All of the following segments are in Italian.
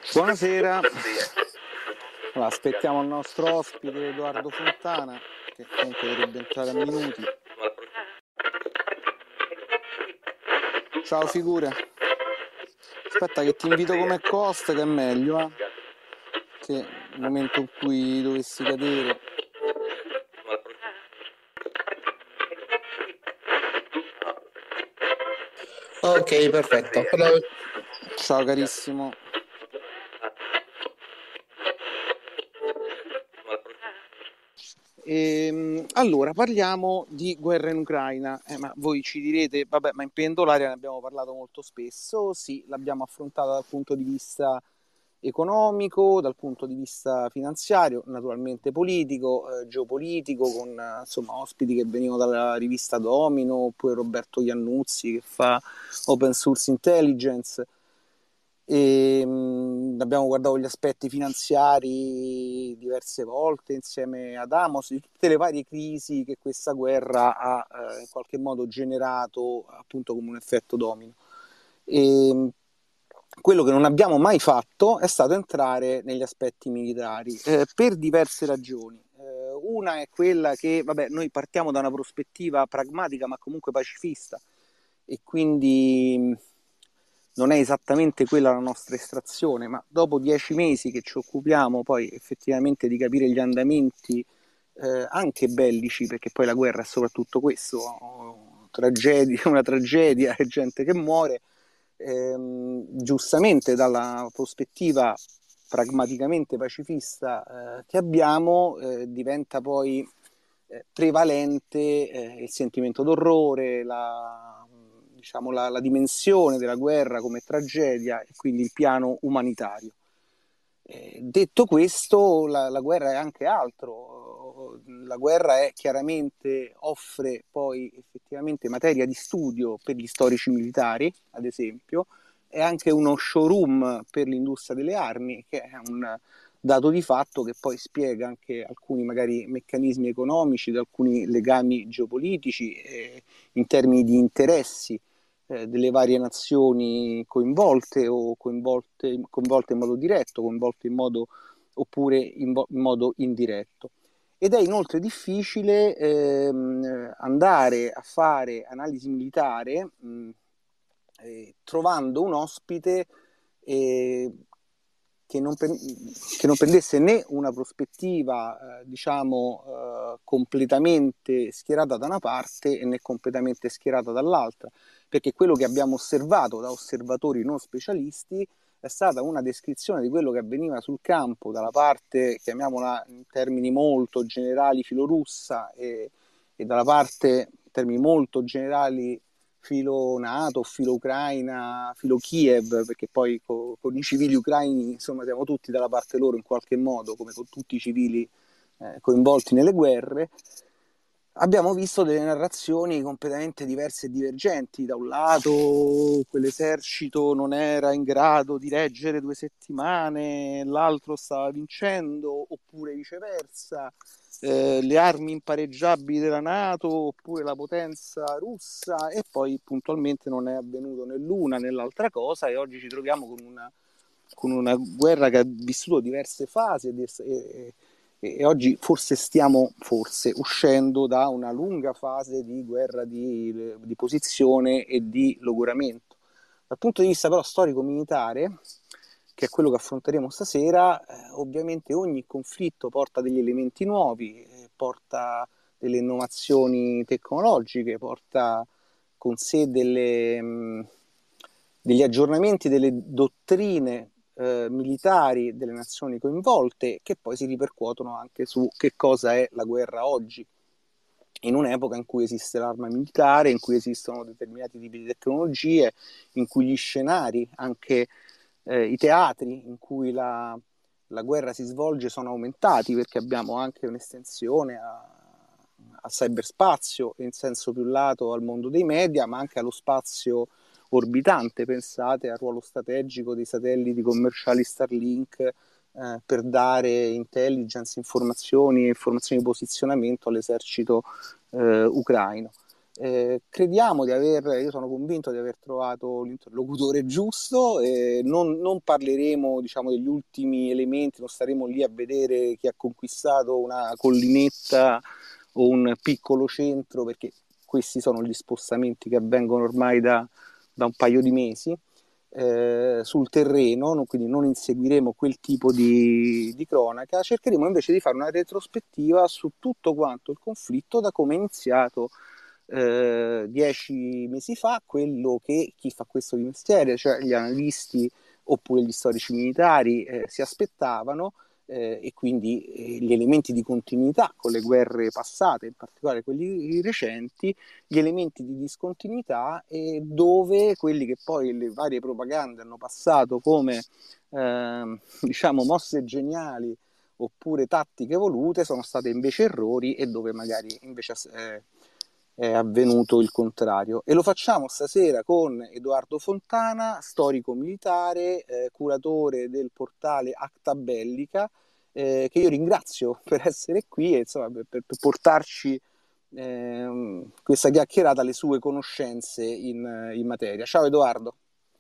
Buonasera, allora, aspettiamo il nostro ospite Edoardo Fontana, che comunque dovrebbe entrare a minuti. Ciao figure, aspetta che ti invito come host che è meglio, che nel momento in cui dovessi cadere. Ok, perfetto. Ciao carissimo. Allora, parliamo di guerra in Ucraina, ma voi ci direte, vabbè, ma in pendolare ne abbiamo parlato molto spesso, sì, l'abbiamo affrontata dal punto di vista economico, dal punto di vista finanziario, naturalmente politico, geopolitico, con insomma ospiti che venivano dalla rivista Domino, oppure Roberto Iannuzzi che fa Open Source Intelligence. Abbiamo guardato gli aspetti finanziari diverse volte insieme ad Amos di tutte le varie crisi che questa guerra ha in qualche modo generato appunto come un effetto domino. Quello che non abbiamo mai fatto è stato entrare negli aspetti militari per diverse ragioni. Una è quella che, vabbè, noi partiamo da una prospettiva pragmatica ma comunque pacifista e quindi non è esattamente quella la nostra estrazione, ma dopo 10 mesi che ci occupiamo poi effettivamente di capire gli andamenti anche bellici, perché poi la guerra è soprattutto questo, una tragedia e gente che muore, giustamente dalla prospettiva pragmaticamente pacifista che abbiamo, diventa poi prevalente il sentimento d'orrore, diciamo, la dimensione della guerra come tragedia e quindi il piano umanitario. Detto questo, la guerra è anche altro. La guerra è chiaramente offre poi effettivamente materia di studio per gli storici militari, ad esempio, è anche uno showroom per l'industria delle armi, che è un dato di fatto che poi spiega anche alcuni magari meccanismi economici, alcuni legami geopolitici in termini di interessi delle varie nazioni coinvolte o coinvolte in modo diretto, coinvolte in modo oppure in modo indiretto. Ed è inoltre difficile andare a fare analisi militare trovando un ospite che non prendesse né una prospettiva diciamo completamente schierata da una parte né completamente schierata dall'altra, perché quello che abbiamo osservato da osservatori non specialisti è stata una descrizione di quello che avveniva sul campo dalla parte, chiamiamola in termini molto generali, filorussa e dalla parte, in termini molto generali, filo NATO, filo Ucraina, filo Kiev, perché poi con i civili ucraini insomma siamo tutti dalla parte loro in qualche modo, come con tutti i civili coinvolti nelle guerre. Abbiamo visto delle narrazioni completamente diverse e divergenti. Da un lato quell'esercito non era in grado di reggere 2 settimane, l'altro stava vincendo, oppure viceversa, le armi impareggiabili della NATO, oppure la potenza russa, e poi puntualmente non è avvenuto né l'una né l'altra cosa, e oggi ci troviamo con una guerra che ha vissuto diverse fasi e oggi forse stiamo uscendo da una lunga fase di guerra di posizione e di logoramento. Dal punto di vista però storico-militare, che è quello che affronteremo stasera, ovviamente ogni conflitto porta degli elementi nuovi, porta delle innovazioni tecnologiche, porta con sé degli aggiornamenti delle dottrine militari delle nazioni coinvolte, che poi si ripercuotono anche su che cosa è la guerra oggi, in un'epoca in cui esiste l'arma militare, in cui esistono determinati tipi di tecnologie, in cui gli scenari, anche i teatri in cui la guerra si svolge sono aumentati, perché abbiamo anche un'estensione a cyberspazio, in senso più lato al mondo dei media, ma anche allo spazio orbitante. Pensate al ruolo strategico dei satelliti commerciali Starlink per dare intelligence, informazioni di posizionamento all'esercito ucraino. Crediamo io sono convinto di aver trovato l'interlocutore giusto, non parleremo, diciamo, degli ultimi elementi, non staremo lì a vedere chi ha conquistato una collinetta o un piccolo centro, perché questi sono gli spostamenti che avvengono ormai da un paio di mesi sul terreno, quindi non inseguiremo quel tipo di cronaca, cercheremo invece di fare una retrospettiva su tutto quanto il conflitto da come è iniziato 10 mesi fa, quello che chi fa questo di mestiere, cioè gli analisti oppure gli storici militari, si aspettavano, e quindi gli elementi di continuità con le guerre passate, in particolare quelli recenti, gli elementi di discontinuità, e dove quelli che poi le varie propagande hanno passato come diciamo mosse geniali oppure tattiche volute sono state invece errori, e dove magari invece è avvenuto il contrario. E lo facciamo stasera con Edoardo Fontana, storico militare, curatore del portale Acta Bellica, che io ringrazio per essere qui e insomma, per portarci questa chiacchierata alle sue conoscenze in materia. Ciao Edoardo.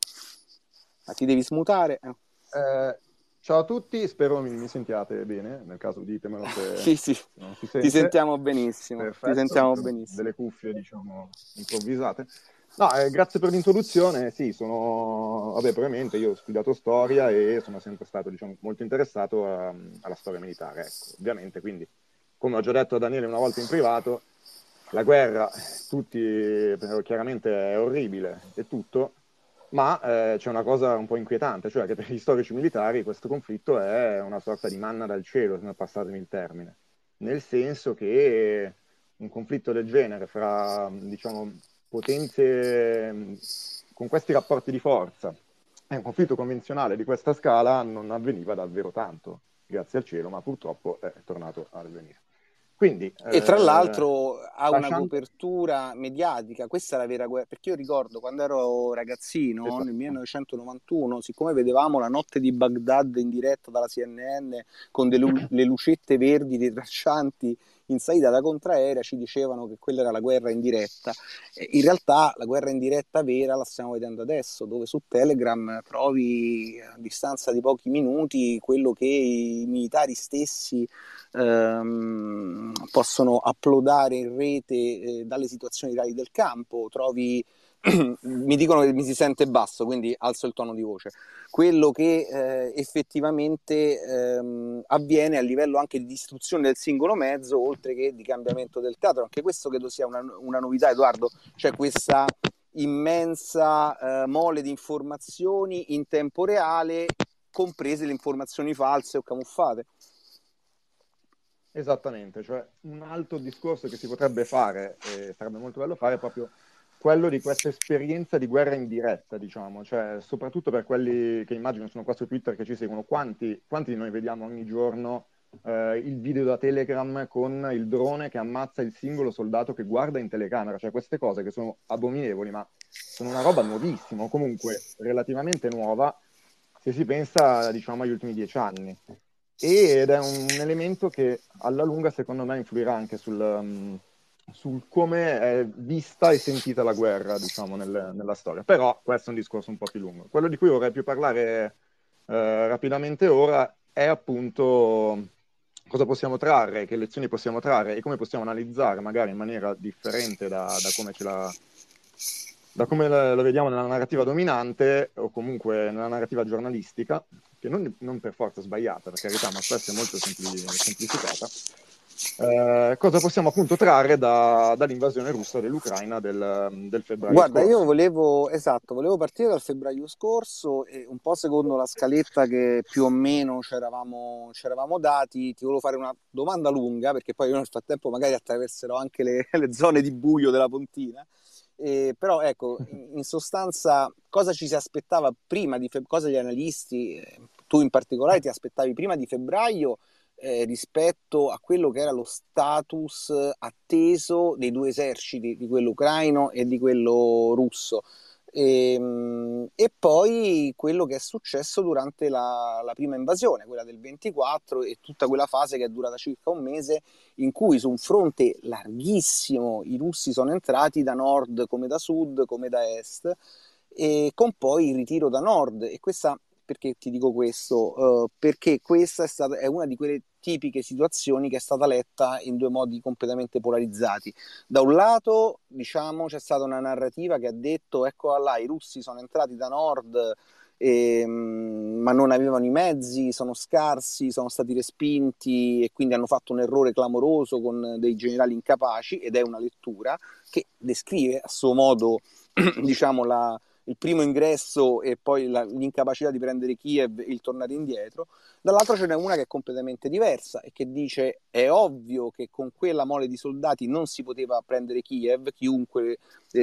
Ma ti devi smutare? Ciao a tutti, spero mi sentiate bene, nel caso ditemelo Sì, sì, se non si ti sente. sentiamo benissimo. Ti Perfetto, sentiamo metto benissimo. delle cuffie, diciamo, improvvisate. No, grazie per l'introduzione. Sì, vabbè, brevemente, io ho studiato storia e sono sempre stato, diciamo, molto interessato alla storia militare, ecco. Ovviamente, quindi, come ho già detto a Daniele una volta in privato, la guerra, chiaramente è orribile e tutto, ma c'è una cosa un po' inquietante, cioè che per gli storici militari questo conflitto è una sorta di manna dal cielo, se passatemi il termine, nel senso che un conflitto del genere fra, diciamo, potenze con questi rapporti di forza e un conflitto convenzionale di questa scala non avveniva davvero tanto, grazie al cielo, ma purtroppo è tornato ad avvenire. Quindi, E tra l'altro ha una lasciando... copertura mediatica, questa è la vera guerra, perché io ricordo quando ero ragazzino, nel Esatto. 1991, siccome vedevamo la notte di Baghdad in diretta dalla CNN con le lucette verdi dei traccianti in salita da contraerea, ci dicevano che quella era la guerra in diretta. In realtà la guerra in diretta vera la stiamo vedendo adesso, dove su Telegram trovi a distanza di pochi minuti quello che i militari stessi possono uploadare in rete dalle situazioni reali del campo. Trovi mi dicono che mi si sente basso, quindi alzo il tono di voce. Quello che effettivamente avviene a livello anche di distruzione del singolo mezzo, oltre che di cambiamento del teatro. Anche questo credo sia una novità, Edoardo, cioè questa immensa mole di informazioni in tempo reale, comprese le informazioni false o camuffate. Esattamente, cioè un altro discorso che si potrebbe fare, e sarebbe molto bello fare, è proprio quello di questa esperienza di guerra in diretta, diciamo, cioè soprattutto per quelli che immagino sono qua su Twitter che ci seguono, quanti di noi vediamo ogni giorno il video da Telegram con il drone che ammazza il singolo soldato che guarda in telecamera, cioè queste cose che sono abominevoli, ma sono una roba nuovissima, o comunque relativamente nuova, se si pensa, diciamo, agli ultimi 10 anni. Ed è un elemento che alla lunga secondo me influirà anche sul come è vista e sentita la guerra, diciamo, nella storia. Però questo è un discorso un po' più lungo. Quello di cui vorrei più parlare rapidamente ora è appunto cosa possiamo trarre, che lezioni possiamo trarre e come possiamo analizzare magari in maniera differente da come da come lo vediamo nella narrativa dominante o comunque nella narrativa giornalistica, che non per forza sbagliata, per carità, ma spesso è molto semplificata. Cosa possiamo appunto trarre dall'invasione russa dell'Ucraina del febbraio Guarda, io scorso? volevo partire dal febbraio scorso e un po' secondo la scaletta che più o meno ci eravamo dati, ti volevo fare una domanda lunga, perché poi io nel frattempo magari attraverserò anche le zone di buio della Pontina. Però ecco, in sostanza, cosa ci si aspettava prima cosa gli analisti, tu in particolare, ti aspettavi prima di febbraio rispetto a quello che era lo status atteso dei due eserciti, di quello ucraino e di quello russo? E poi quello che è successo durante la prima invasione, quella del 24, e tutta quella fase che è durata circa un mese, in cui su un fronte larghissimo i russi sono entrati da nord come da sud come da est, e con poi il ritiro da nord. E questa, perché ti dico questo? Perché questa è una di quelle tipiche situazioni che è stata letta in due modi completamente polarizzati. Da un lato, diciamo, c'è stata una narrativa che ha detto: ecco là, i russi sono entrati da nord, ma non avevano i mezzi, sono scarsi, sono stati respinti e quindi hanno fatto un errore clamoroso con dei generali incapaci. Ed è una lettura che descrive a suo modo diciamo il primo ingresso e poi l'incapacità di prendere Kiev e il tornare indietro. Dall'altro ce n'è una che è completamente diversa e che dice: è ovvio che con quella mole di soldati non si poteva prendere Kiev, chiunque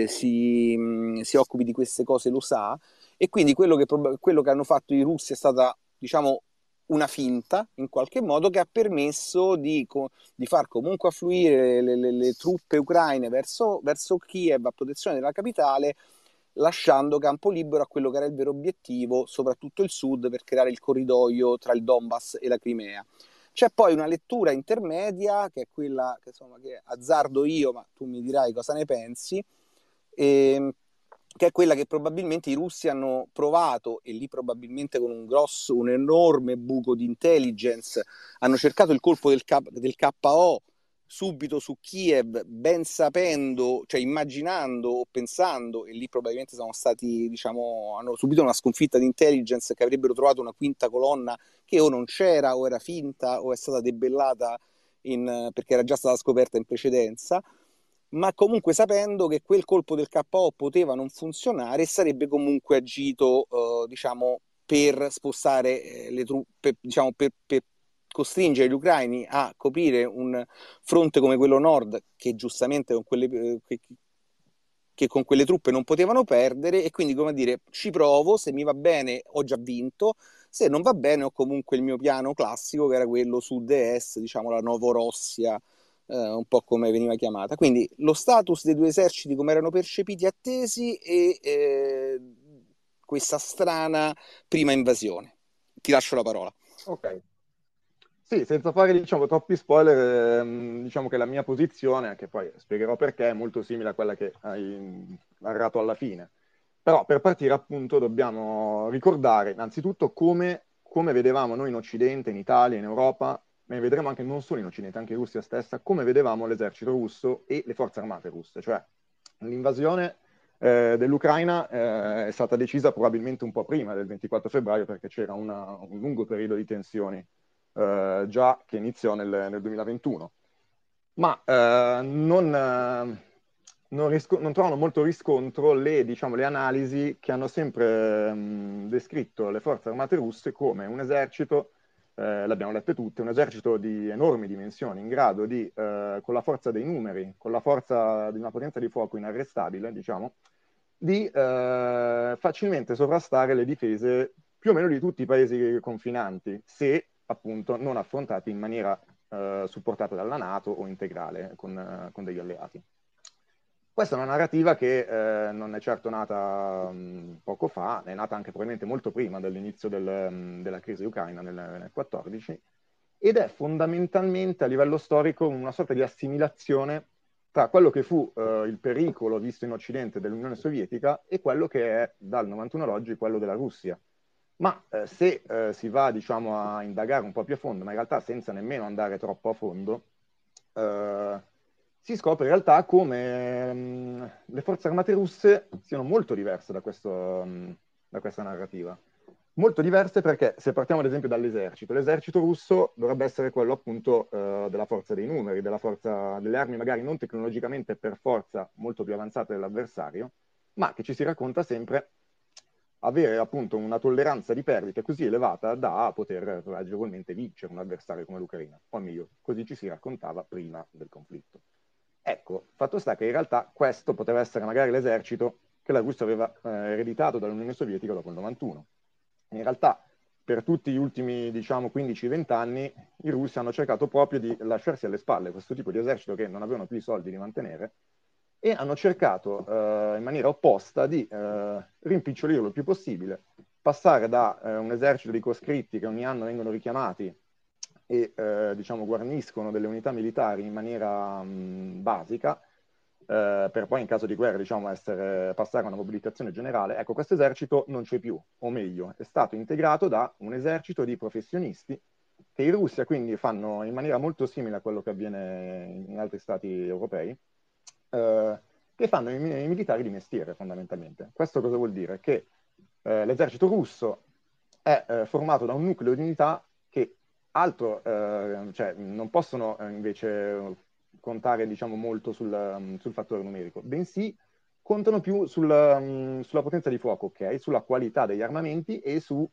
si occupi di queste cose lo sa, e quindi quello che hanno fatto i russi è stata, diciamo, una finta in qualche modo, che ha permesso di far comunque affluire le truppe ucraine verso Kiev a protezione della capitale, lasciando campo libero a quello che era il vero obiettivo, soprattutto il sud, per creare il corridoio tra il Donbass e la Crimea. C'è poi una lettura intermedia, che è quella che, insomma, che azzardo io, ma tu mi dirai cosa ne pensi, che è quella che probabilmente i russi hanno provato, e lì probabilmente con un enorme buco di intelligence, hanno cercato il colpo del KO subito su Kiev, ben sapendo, cioè immaginando o pensando, e lì probabilmente sono stati, diciamo, hanno subito una sconfitta di intelligence, che avrebbero trovato una quinta colonna che o non c'era, o era finta, o è stata debellata perché era già stata scoperta in precedenza, ma comunque sapendo che quel colpo del KO poteva non funzionare e sarebbe comunque agito, diciamo, per spostare le truppe, diciamo, per costringere gli ucraini a coprire un fronte come quello nord, che giustamente che con quelle truppe non potevano perdere. E quindi, come dire, ci provo, se mi va bene ho già vinto, se non va bene ho comunque il mio piano classico, che era quello sud-est, diciamo la Novorossia, un po' come veniva chiamata. Quindi lo status dei due eserciti, come erano percepiti e attesi, e questa strana prima invasione. Ti lascio la parola. Ok. Sì, senza fare, diciamo, troppi spoiler, diciamo che la mia posizione, che poi spiegherò perché, è molto simile a quella che hai narrato alla fine. Però per partire, appunto, dobbiamo ricordare innanzitutto come vedevamo noi in Occidente, in Italia, in Europa, ma vedremo anche non solo in Occidente, anche in Russia stessa, come vedevamo l'esercito russo e le forze armate russe. Cioè, l'invasione dell'Ucraina è stata decisa probabilmente un po' prima del 24 febbraio, perché c'era un lungo periodo di tensioni già che iniziò nel 2021. Ma non trovano molto riscontro diciamo, le analisi che hanno sempre descritto le forze armate russe come un esercito, l'abbiamo lette tutte, un esercito di enormi dimensioni, in grado di, con la forza dei numeri, con la forza di una potenza di fuoco inarrestabile, diciamo, di facilmente sovrastare le difese più o meno di tutti i paesi confinanti, se appunto non affrontati in maniera supportata dalla NATO o integrale con degli alleati. Questa è una narrativa che non è certo nata poco fa, è nata anche probabilmente molto prima dell'inizio della crisi ucraina nel 2014, ed è fondamentalmente a livello storico una sorta di assimilazione tra quello che fu il pericolo visto in Occidente dell'Unione Sovietica e quello che è dal 91 ad oggi quello della Russia. Ma se si va, diciamo, a indagare un po' più a fondo, ma in realtà senza nemmeno andare troppo a fondo, si scopre in realtà come le forze armate russe siano molto diverse da questa narrativa. Molto diverse perché, se partiamo ad esempio dall'esercito, l'esercito russo dovrebbe essere quello appunto della forza dei numeri, della forza delle armi magari non tecnologicamente per forza molto più avanzate dell'avversario, ma che ci si racconta sempre avere appunto una tolleranza di perdite così elevata da poter agevolmente vincere un avversario come l'Ucraina, o meglio, così ci si raccontava prima del conflitto. Ecco, fatto sta che in realtà questo poteva essere magari l'esercito che la Russia aveva ereditato dall'Unione Sovietica dopo il 91. In realtà, per tutti gli ultimi, diciamo, 15-20 anni, i russi hanno cercato proprio di lasciarsi alle spalle questo tipo di esercito che non avevano più i soldi di mantenere, e hanno cercato in maniera opposta di rimpicciolirlo il più possibile, passare da un esercito di coscritti che ogni anno vengono richiamati e diciamo guarniscono delle unità militari in maniera basica, per poi in caso di guerra diciamo passare a una mobilitazione generale. Ecco, questo esercito non c'è più, o meglio, è stato integrato da un esercito di professionisti che in Russia quindi fanno in maniera molto simile a quello che avviene in altri stati europei, che fanno i militari di mestiere fondamentalmente. Questo cosa vuol dire? Che l'esercito russo è formato da un nucleo di unità che altro, cioè non possono invece contare diciamo molto sul fattore numerico, bensì contano più sulla potenza di fuoco, ok? Sulla qualità degli armamenti e su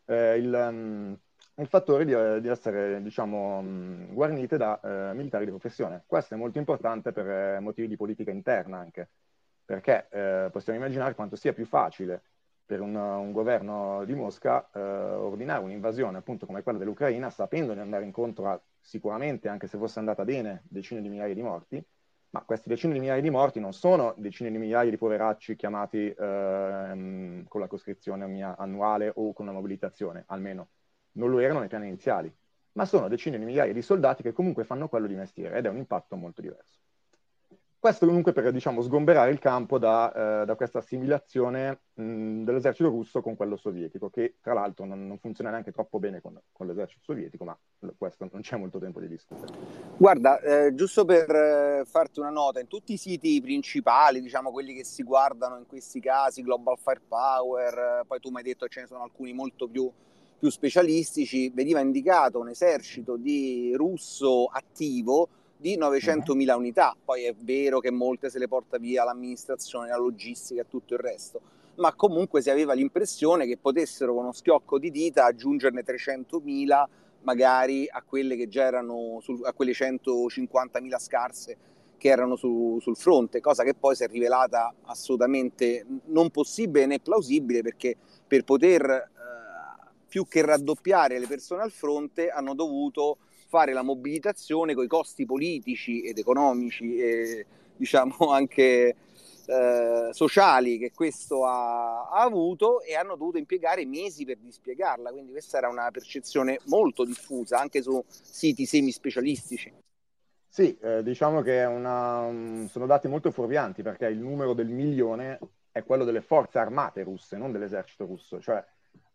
il fattore di essere, diciamo, guarnite da militari di professione. Questo è molto importante per motivi di politica interna anche, perché possiamo immaginare quanto sia più facile per un governo di Mosca ordinare un'invasione appunto come quella dell'Ucraina, sapendo di andare incontro a sicuramente, anche se fosse andata bene, decine di migliaia di morti, ma questi decine di migliaia di morti non sono decine di migliaia di poveracci chiamati con la coscrizione annuale o con una mobilitazione, almeno non lo erano nei piani iniziali, ma sono decine di migliaia di soldati che comunque fanno quello di mestiere ed è un impatto molto diverso. Questo comunque per, diciamo, sgomberare il campo da questa assimilazione dell'esercito russo con quello sovietico, che tra l'altro non funziona neanche troppo bene con l'esercito sovietico, ma questo non c'è molto tempo di discutere. Guarda, giusto per farti una nota, in tutti i siti principali, diciamo quelli che si guardano in questi casi, Global Firepower, poi tu mi hai detto che ce ne sono alcuni molto più specialistici, veniva indicato un esercito di russo attivo di 900.000 unità. Poi è vero che molte se le porta via l'amministrazione, la logistica e tutto il resto, ma comunque si aveva l'impressione che potessero con uno schiocco di dita aggiungerne 300.000 magari a quelle che già erano a quelle 150.000 scarse che erano sul fronte, cosa che poi si è rivelata assolutamente non possibile né plausibile, perché per poter più che raddoppiare le persone al fronte hanno dovuto fare la mobilitazione con i costi politici ed economici e diciamo anche sociali che questo ha avuto, e hanno dovuto impiegare mesi per dispiegarla, quindi questa era una percezione molto diffusa anche su siti semi-specialistici. Sì, diciamo che sono dati molto fuorvianti, perché il numero del milione è quello delle forze armate russe, non dell'esercito russo. Cioè,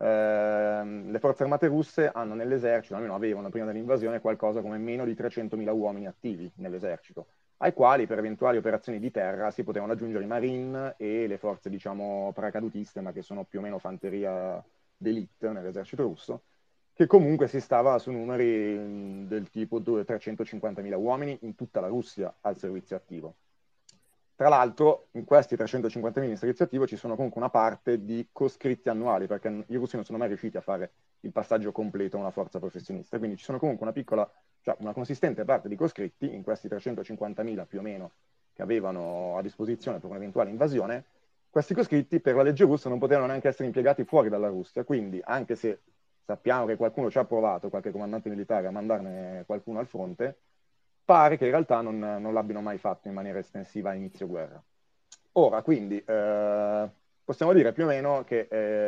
le forze armate russe hanno nell'esercito, almeno avevano prima dell'invasione, qualcosa come meno di 300.000 uomini attivi nell'esercito, ai quali per eventuali operazioni di terra si potevano aggiungere i Marine e le forze, diciamo, paracadutiste, ma che sono più o meno fanteria d'élite nell'esercito russo, che comunque si stava su numeri del tipo 350.000 uomini in tutta la Russia al servizio attivo. Tra l'altro, in questi 350.000 in servizio attivo ci sono comunque una parte di coscritti annuali, perché i russi non sono mai riusciti a fare il passaggio completo a una forza professionista, quindi ci sono comunque una consistente parte di coscritti in questi 350.000 più o meno che avevano a disposizione per un'eventuale invasione. Questi coscritti per la legge russa non potevano neanche essere impiegati fuori dalla Russia, quindi anche se sappiamo che qualcuno ci ha provato, qualche comandante militare, a mandarne qualcuno al fronte, pare che in realtà non l'abbiano mai fatto in maniera estensiva a inizio guerra. Ora, quindi, possiamo dire più o meno che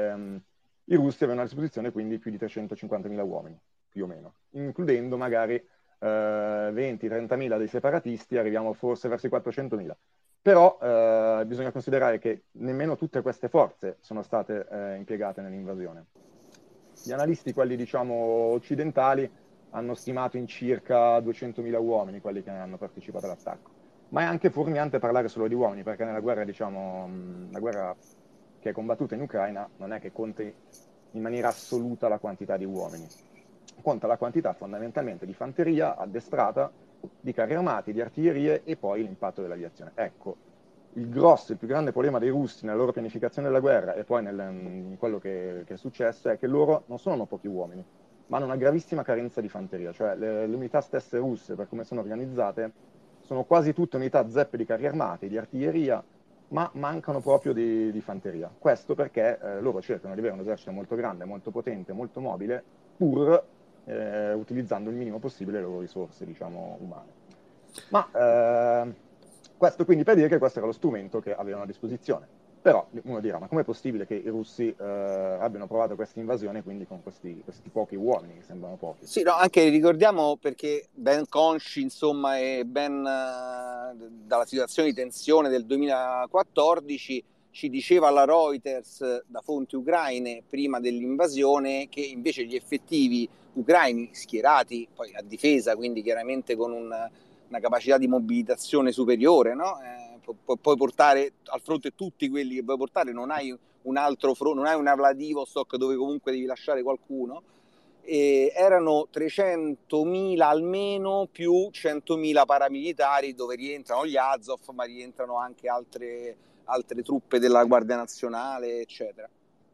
i russi avevano a disposizione quindi più di 350.000 uomini, più o meno, includendo magari 20-30.000 dei separatisti, arriviamo forse verso i 400.000. Però bisogna considerare che nemmeno tutte queste forze sono state impiegate nell'invasione. Gli analisti, quelli diciamo occidentali, hanno stimato in circa 200.000 uomini quelli che hanno partecipato all'attacco. Ma è anche fuorviante parlare solo di uomini, perché nella guerra, diciamo, la guerra che è combattuta in Ucraina non è che conti in maniera assoluta la quantità di uomini. Conta la quantità fondamentalmente di fanteria addestrata, di carri armati, di artiglierie e poi l'impatto dell'aviazione. Ecco, il più grande problema dei russi nella loro pianificazione della guerra e poi in quello che è successo è che loro non sono pochi uomini, ma hanno una gravissima carenza di fanteria, cioè le unità stesse russe, per come sono organizzate, sono quasi tutte unità zeppe di carri armati, di artiglieria, ma mancano proprio di fanteria. Questo perché loro cercano di avere un esercito molto grande, molto potente, molto mobile, pur utilizzando il minimo possibile le loro risorse, diciamo, umane. Ma Questo quindi per dire che questo era lo strumento che avevano a disposizione. Però uno dirà, ma com'è possibile che i russi abbiano provato questa invasione quindi con questi pochi uomini, che sembrano pochi? Sì, no, anche ricordiamo, perché ben consci, insomma, e ben dalla situazione di tensione del 2014, ci diceva la Reuters da fonti ucraine prima dell'invasione che invece gli effettivi ucraini schierati poi a difesa, quindi chiaramente con una capacità di mobilitazione superiore, no? Puoi portare al fronte tutti quelli che puoi portare, non hai un altro fronte, non hai una Vladivostok dove comunque devi lasciare qualcuno. Erano 300.000 almeno, più 100.000 paramilitari, dove rientrano gli Azov, ma rientrano anche altre truppe della Guardia Nazionale, eccetera.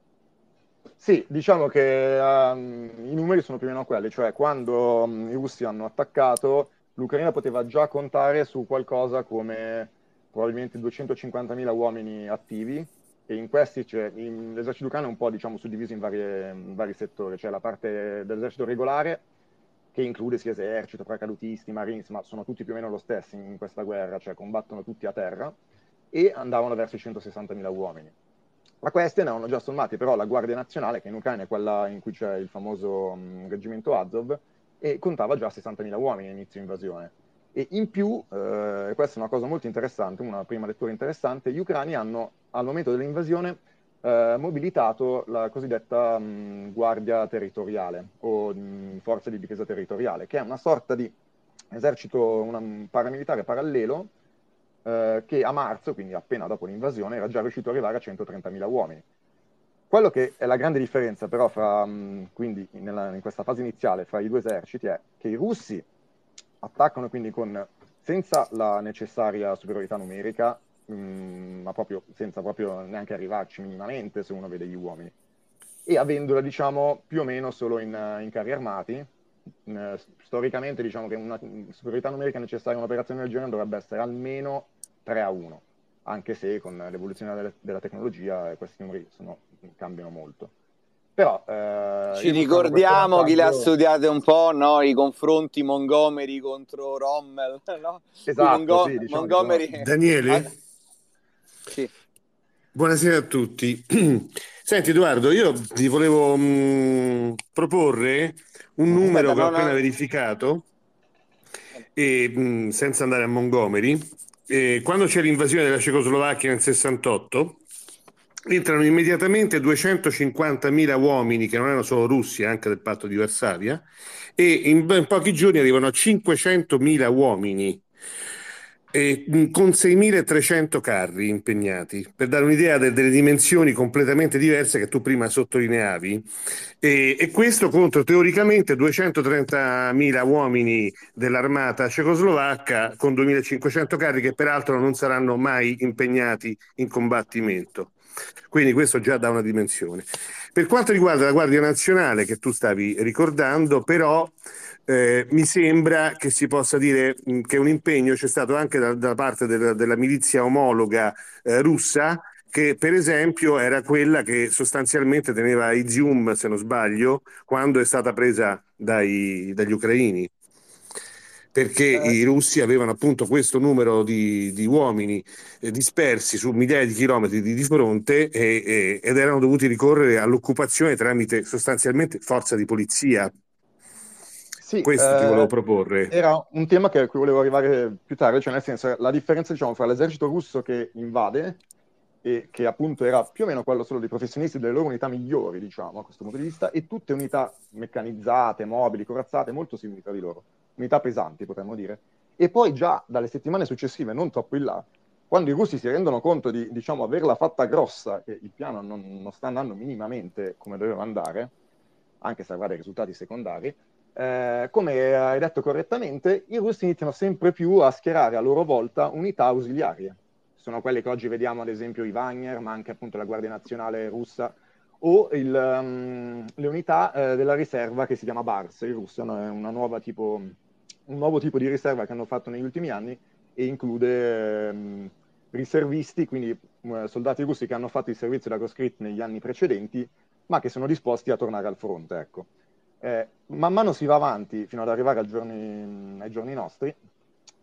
Sì, diciamo che i numeri sono più o meno quelli, cioè quando i russi hanno attaccato, l'Ucraina poteva già contare su qualcosa come probabilmente 250.000 uomini attivi, e in questi l'esercito ucraino è un po', diciamo, suddiviso in vari settori. C'è la parte dell'esercito regolare, che include sia esercito, paracadutisti, marines, ma sono tutti più o meno lo stesso in questa guerra, cioè combattono tutti a terra, e andavano verso i 160.000 uomini. Ma questi ne avevano già sommati però la Guardia Nazionale, che in Ucraina è quella in cui c'è il famoso reggimento Azov, e contava già 60.000 uomini a inizio invasione. E in più, e questa è una cosa molto interessante, una prima lettura interessante, gli ucraini hanno al momento dell'invasione mobilitato la cosiddetta Guardia Territoriale o Forza di Difesa Territoriale, che è una sorta di esercito paramilitare parallelo che a marzo, quindi appena dopo l'invasione, era già riuscito ad arrivare a 130.000 uomini. Quello che è la grande differenza però quindi in questa fase iniziale fra i due eserciti è che i russi attaccano quindi senza la necessaria superiorità numerica, ma proprio senza proprio neanche arrivarci minimamente se uno vede gli uomini, e avendola, diciamo, più o meno solo in carri armati. Storicamente diciamo che una superiorità numerica necessaria in un'operazione del genere dovrebbe essere almeno 3-1, anche se con l'evoluzione della tecnologia questi numeri cambiano molto. Però ci ricordiamo, chi le ha studiate un po', no? I confronti Montgomery contro Rommel, no? Esatto, sì, diciamo Montgomery... Daniele? Sì. Buonasera a tutti. Senti Edoardo, io ti volevo proporre un numero che ho appena verificato, e, senza andare a Montgomery. Quando c'è l'invasione della Cecoslovacchia nel 68, entrano immediatamente 250.000 uomini, che non erano solo russi, anche del patto di Varsavia, e in pochi giorni arrivano a 500.000 uomini, con 6.300 carri impegnati, per dare un'idea delle dimensioni completamente diverse che tu prima sottolineavi, e questo contro teoricamente 230.000 uomini dell'armata cecoslovacca con 2.500 carri, che peraltro non saranno mai impegnati in combattimento. Quindi questo già dà una dimensione. Per quanto riguarda la Guardia Nazionale che tu stavi ricordando, però mi sembra che si possa dire che un impegno c'è stato anche da parte della milizia omologa russa, che per esempio era quella che sostanzialmente teneva Izium, se non sbaglio, quando è stata presa dagli ucraini, perché i russi avevano appunto questo numero di uomini dispersi su migliaia di chilometri di fronte, ed erano dovuti ricorrere all'occupazione tramite sostanzialmente forza di polizia. Sì, questo ti volevo proporre. Era un tema a cui volevo arrivare più tardi, cioè nel senso la differenza, diciamo, fra l'esercito russo che invade e che appunto era più o meno quello solo dei professionisti delle loro unità migliori, diciamo, a questo punto di vista, e tutte unità meccanizzate, mobili, corazzate, molto simili tra di loro, unità pesanti potremmo dire. E poi già dalle settimane successive, non troppo in là, quando i russi si rendono conto di, diciamo, averla fatta grossa, che il piano non sta andando minimamente come doveva andare, anche se avrà dei risultati secondari, come hai detto correttamente, i russi iniziano sempre più a schierare a loro volta unità ausiliarie. Sono quelle che oggi vediamo, ad esempio, i Wagner, ma anche appunto la Guardia Nazionale russa, o le unità della riserva che si chiama Bars, in Russia, no? È un nuovo tipo di riserva che hanno fatto negli ultimi anni, e include riservisti, quindi soldati russi che hanno fatto il servizio da conscritti negli anni precedenti, ma che sono disposti a tornare al fronte, ecco. Man mano si va avanti fino ad arrivare ai giorni nostri,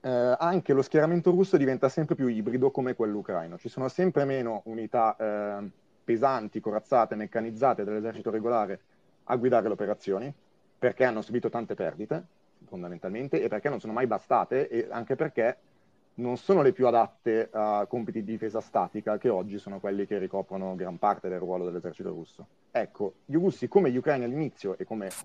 anche lo schieramento russo diventa sempre più ibrido come quello ucraino. Ci sono sempre meno unità pesanti, corazzate, meccanizzate dell'esercito regolare a guidare le operazioni, perché hanno subito tante perdite, fondamentalmente, e perché non sono mai bastate, e anche perché non sono le più adatte a compiti di difesa statica, che oggi sono quelli che ricoprono gran parte del ruolo dell'esercito russo. Ecco, gli russi, come gli ucraini all'inizio, e come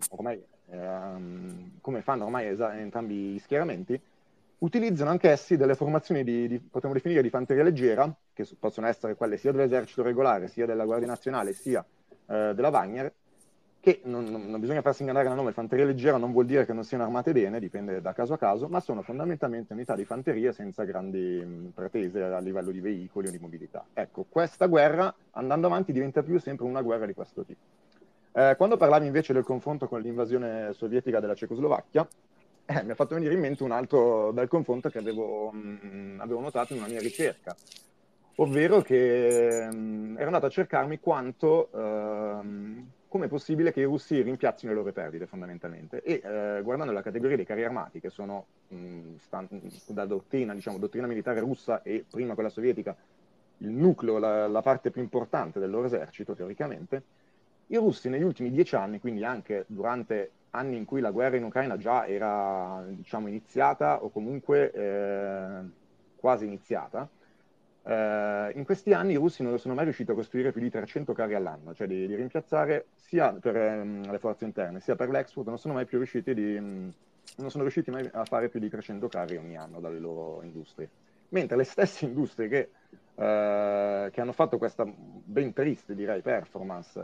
fanno ormai entrambi gli schieramenti, utilizzano anch'essi delle formazioni potremmo definire di fanteria leggera, che possono essere quelle sia dell'esercito regolare, sia della Guardia Nazionale, sia della Wagner, che non bisogna farsi ingannare dal nome. Fanteria leggera non vuol dire che non siano armate bene, dipende da caso a caso, ma sono fondamentalmente unità di fanteria senza grandi pretese a livello di veicoli o di mobilità. Ecco, questa guerra, andando avanti, diventa più sempre una guerra di questo tipo. Quando parlavi invece del confronto con l'invasione sovietica della Cecoslovacchia, mi ha fatto venire in mente un altro bel confronto che avevo notato in una mia ricerca, ovvero che ero andato a cercarmi come è possibile che i russi rimpiazzino le loro perdite, fondamentalmente. E guardando la categoria dei carri armati, che sono da dottrina militare russa e prima quella sovietica, il nucleo, la parte più importante del loro esercito, teoricamente, i russi negli ultimi 10 anni, quindi anche durante anni in cui la guerra in Ucraina già era, iniziata o comunque quasi iniziata, in questi anni i russi non sono mai riusciti a costruire più di 300 carri all'anno, cioè di rimpiazzare sia per le forze interne sia per l'export. Non sono riusciti mai a fare più di 300 carri ogni anno dalle loro industrie, mentre le stesse industrie che hanno fatto questa ben triste, direi, performance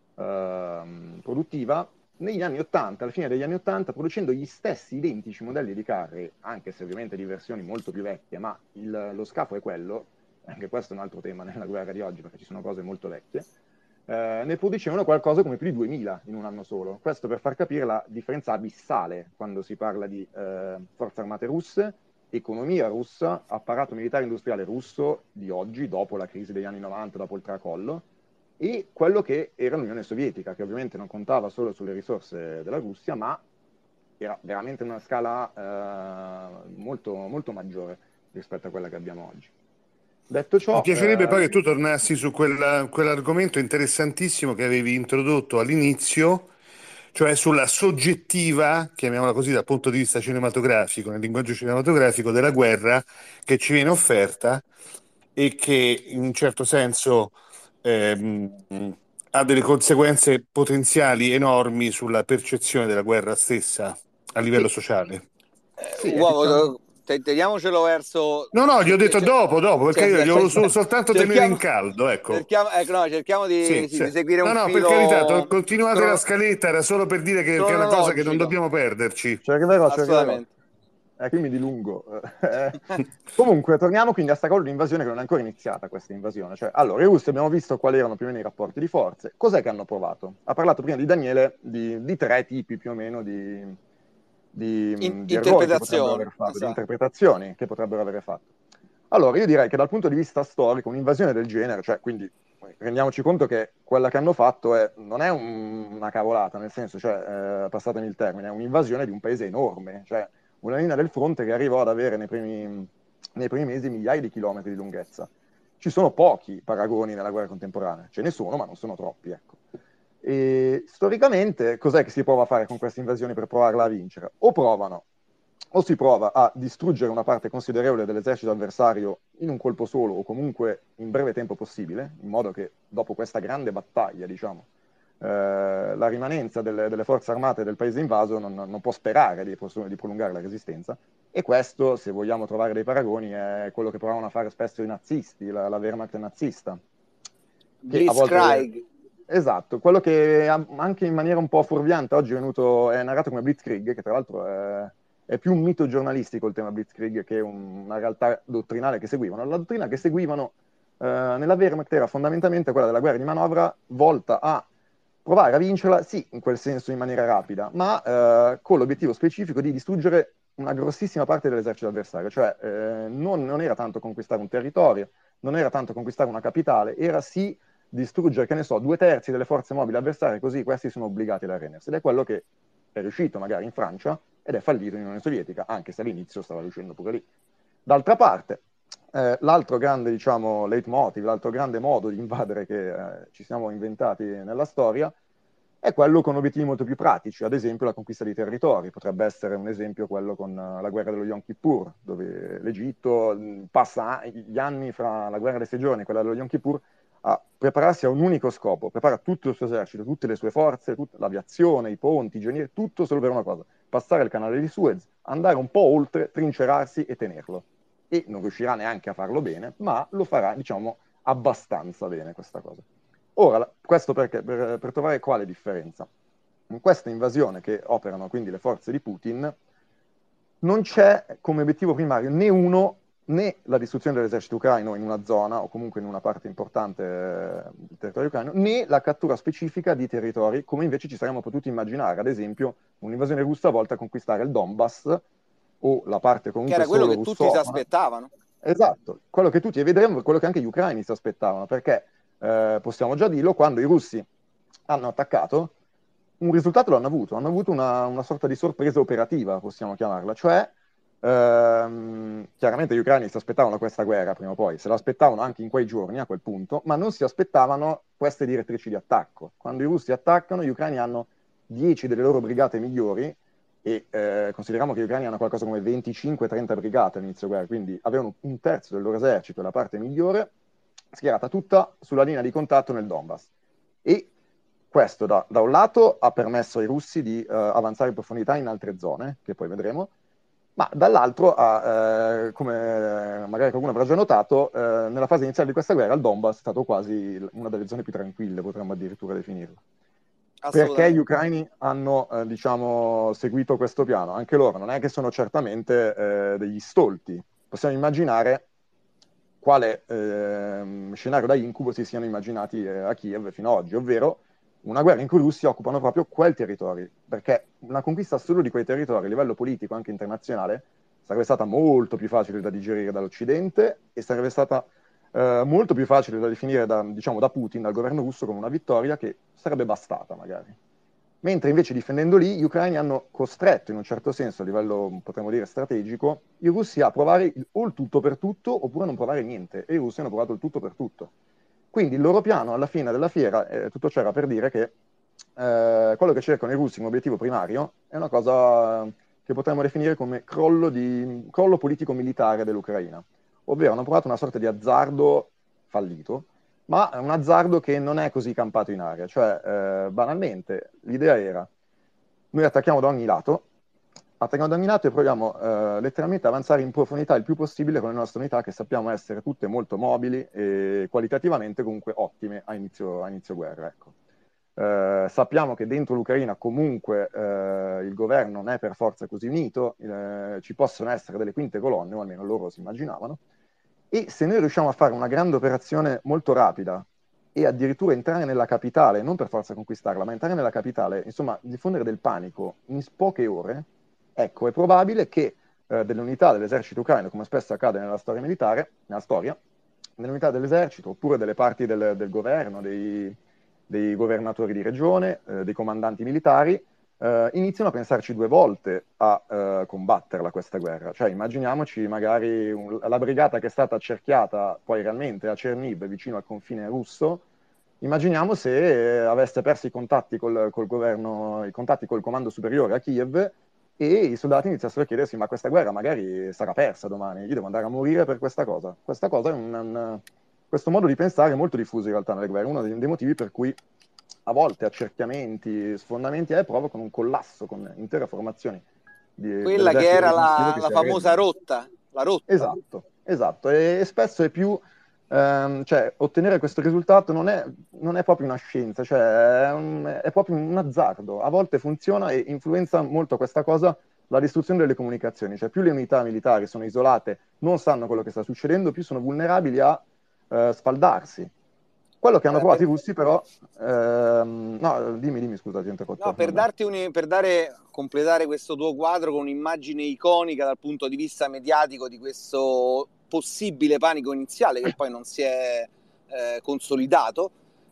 produttiva negli anni 80, alla fine degli anni 80, producendo gli stessi identici modelli di carri, anche se ovviamente di versioni molto più vecchie, ma lo scafo è quello. Anche questo è un altro tema nella guerra di oggi, perché ci sono cose molto vecchie, ne producevano qualcosa come più di 2000 in un anno solo. Questo per far capire la differenza abissale quando si parla di forze armate russe, economia russa, apparato militare industriale russo di oggi, dopo la crisi degli anni 90, dopo il tracollo, e quello che era l'Unione Sovietica, che ovviamente non contava solo sulle risorse della Russia, ma era veramente una scala molto, molto maggiore rispetto a quella che abbiamo oggi. Detto ciò, mi piacerebbe poi che tu tornassi su quell'argomento interessantissimo che avevi introdotto all'inizio, cioè sulla soggettiva, chiamiamola così dal punto di vista cinematografico, nel linguaggio cinematografico, della guerra che ci viene offerta e che in un certo senso ha delle conseguenze potenziali enormi sulla percezione della guerra stessa a livello sociale. sì, Uomo, teniamocelo verso... No, gli ho detto dopo, perché io gli ho soltanto tenere in caldo, ecco. Cerchiamo di seguire un filo... per carità, continuate la scaletta, era solo per dire che è una cosa che non dobbiamo perderci. Assolutamente. Qui mi dilungo. Comunque, torniamo quindi a sta cosa dell'invasione, che non è ancora iniziata questa invasione. Cioè, allora, i russi abbiamo visto quali erano più o meno i rapporti di forze. Cos'è che hanno provato? Ha parlato prima di Daniele di 3 tipi più o meno di errori che potrebbero aver fatto, esatto, di interpretazioni che potrebbero aver fatto. Allora, io direi che dal punto di vista storico, un'invasione del genere, cioè, quindi rendiamoci conto che quella che hanno fatto non è una cavolata, nel senso, cioè, passatemi il termine, è un'invasione di un paese enorme, cioè una linea del fronte che arrivò ad avere nei primi mesi migliaia di chilometri di lunghezza. Ci sono pochi paragoni nella guerra contemporanea, ce ne sono, ma non sono troppi, ecco. E storicamente cos'è che si prova a fare con queste invasioni per provarla a vincere? O si prova a distruggere una parte considerevole dell'esercito avversario in un colpo solo o comunque in breve tempo possibile, in modo che dopo questa grande battaglia, diciamo, la rimanenza delle forze armate del paese invaso non può sperare di prolungare la resistenza. E questo, se vogliamo trovare dei paragoni, è quello che provavano a fare spesso i nazisti, la Wehrmacht nazista. Blitzkrieg. Esatto, quello che anche in maniera un po' fuorviante oggi è narrato come Blitzkrieg, che tra l'altro è più un mito giornalistico il tema Blitzkrieg che una realtà dottrinale che seguivano. La dottrina che seguivano nella Wehrmacht era fondamentalmente quella della guerra di manovra, volta a provare a vincerla, sì, in quel senso in maniera rapida, ma con l'obiettivo specifico di distruggere una grossissima parte dell'esercito avversario. Cioè non era tanto conquistare un territorio, non era tanto conquistare una capitale, era sì distruggere, che ne so, 2/3 delle forze mobili avversarie, così questi sono obbligati ad arrendersi. Ed è quello che è riuscito magari in Francia ed è fallito in Unione Sovietica, anche se all'inizio stava riuscendo pure lì. D'altra parte, l'altro grande, diciamo, leitmotiv, l'altro grande modo di invadere che ci siamo inventati nella storia è quello con obiettivi molto più pratici, ad esempio la conquista di territori. Potrebbe essere un esempio quello con la guerra dello Yom Kippur, dove l'Egitto passa gli anni fra la guerra dei 6 giorni e quella dello Yom Kippur a prepararsi a un unico scopo, prepara tutto il suo esercito, tutte le sue forze, l'aviazione, i ponti, i genieri, tutto solo per una cosa: passare il canale di Suez, andare un po' oltre, trincerarsi e tenerlo. E non riuscirà neanche a farlo bene, ma lo farà, diciamo, abbastanza bene questa cosa. Ora, questo perché? Per trovare quale differenza. In questa invasione che operano quindi le forze di Putin, non c'è come obiettivo primario né la distruzione dell'esercito ucraino in una zona o comunque in una parte importante del territorio ucraino, né la cattura specifica di territori, come invece ci saremmo potuti immaginare, ad esempio un'invasione russa volta a conquistare il Donbass o la parte comunque che era quello solo che tutti si russofona. aspettavano. Esatto, quello che tutti, e vedremo quello che anche gli ucraini si aspettavano, perché possiamo già dirlo, quando i russi hanno attaccato, un risultato hanno avuto una sorta di sorpresa operativa, possiamo chiamarla, cioè chiaramente gli ucraini si aspettavano questa guerra prima o poi, se l'aspettavano anche in quei giorni a quel punto, ma non si aspettavano queste direttrici di attacco. Quando i russi attaccano, gli ucraini hanno 10 delle loro brigate migliori, e consideriamo che gli ucraini hanno qualcosa come 25-30 brigate all'inizio guerra, quindi avevano un terzo del loro esercito, la parte migliore, schierata tutta sulla linea di contatto nel Donbass. E questo da un lato ha permesso ai russi di avanzare in profondità in altre zone, che poi vedremo, ma dall'altro, come magari qualcuno avrà già notato, nella fase iniziale di questa guerra il Donbass è stato quasi una delle zone più tranquille, potremmo addirittura definirlo. Perché gli ucraini hanno, diciamo, seguito questo piano? Anche loro non è che sono certamente degli stolti. Possiamo immaginare quale scenario da incubo si siano immaginati a Kiev fino ad oggi, ovvero una guerra in cui i russi occupano proprio quel territorio, perché una conquista solo di quei territori a livello politico, anche internazionale, sarebbe stata molto più facile da digerire dall'Occidente e sarebbe stata molto più facile da definire da Putin, dal governo russo, come una vittoria che sarebbe bastata magari. Mentre invece difendendo lì, gli ucraini hanno costretto, in un certo senso, a livello, potremmo dire, strategico, i russi a provare o il tutto per tutto oppure a non provare niente, e i russi hanno provato il tutto per tutto. Quindi il loro piano alla fine della fiera, tutto ciò era per dire che quello che cercano i russi come obiettivo primario è una cosa che potremmo definire come crollo politico-militare dell'Ucraina, ovvero hanno provato una sorta di azzardo fallito, ma è un azzardo che non è così campato in aria, cioè banalmente l'idea era: noi attacchiamo da ogni lato e proviamo letteralmente a avanzare in profondità il più possibile con le nostre unità, che sappiamo essere tutte molto mobili e qualitativamente comunque ottime a inizio guerra, ecco. Sappiamo che dentro l'Ucraina comunque il governo non è per forza così unito, ci possono essere delle quinte colonne, o almeno loro si immaginavano, e se noi riusciamo a fare una grande operazione molto rapida e addirittura entrare nella capitale, non per forza conquistarla, ma entrare nella capitale, insomma diffondere del panico in poche ore, ecco, è probabile che delle unità dell'esercito ucraino, come spesso accade nella storia militare, delle unità dell'esercito oppure delle parti del governo, dei governatori di regione, dei comandanti militari, iniziano a pensarci 2 volte a combatterla questa guerra. Cioè immaginiamoci magari la brigata che è stata accerchiata poi realmente a Cherniv, vicino al confine russo. Immaginiamo se avesse perso i contatti col governo, i contatti col comando superiore a Kiev, e i soldati iniziassero a chiedersi: ma questa guerra magari sarà persa domani, io devo andare a morire per questa cosa. Questa cosa è questo modo di pensare è molto diffuso in realtà nelle guerre, uno dei motivi per cui a volte accerchiamenti, sfondamenti provocano un collasso con intere formazioni. Quella che era la famosa rotta. La rotta. Esatto. E spesso è più... cioè, ottenere questo risultato non è proprio una scienza, cioè è proprio un azzardo. A volte funziona e influenza molto questa cosa la distruzione delle comunicazioni. Cioè, più le unità militari sono isolate, non sanno quello che sta succedendo, più sono vulnerabili a sfaldarsi. Quello che hanno provato i russi però... no, dimmi, scusa, ti ho interrotto. No, per completare questo tuo quadro con un'immagine iconica dal punto di vista mediatico di questo possibile panico iniziale che poi non si è consolidato,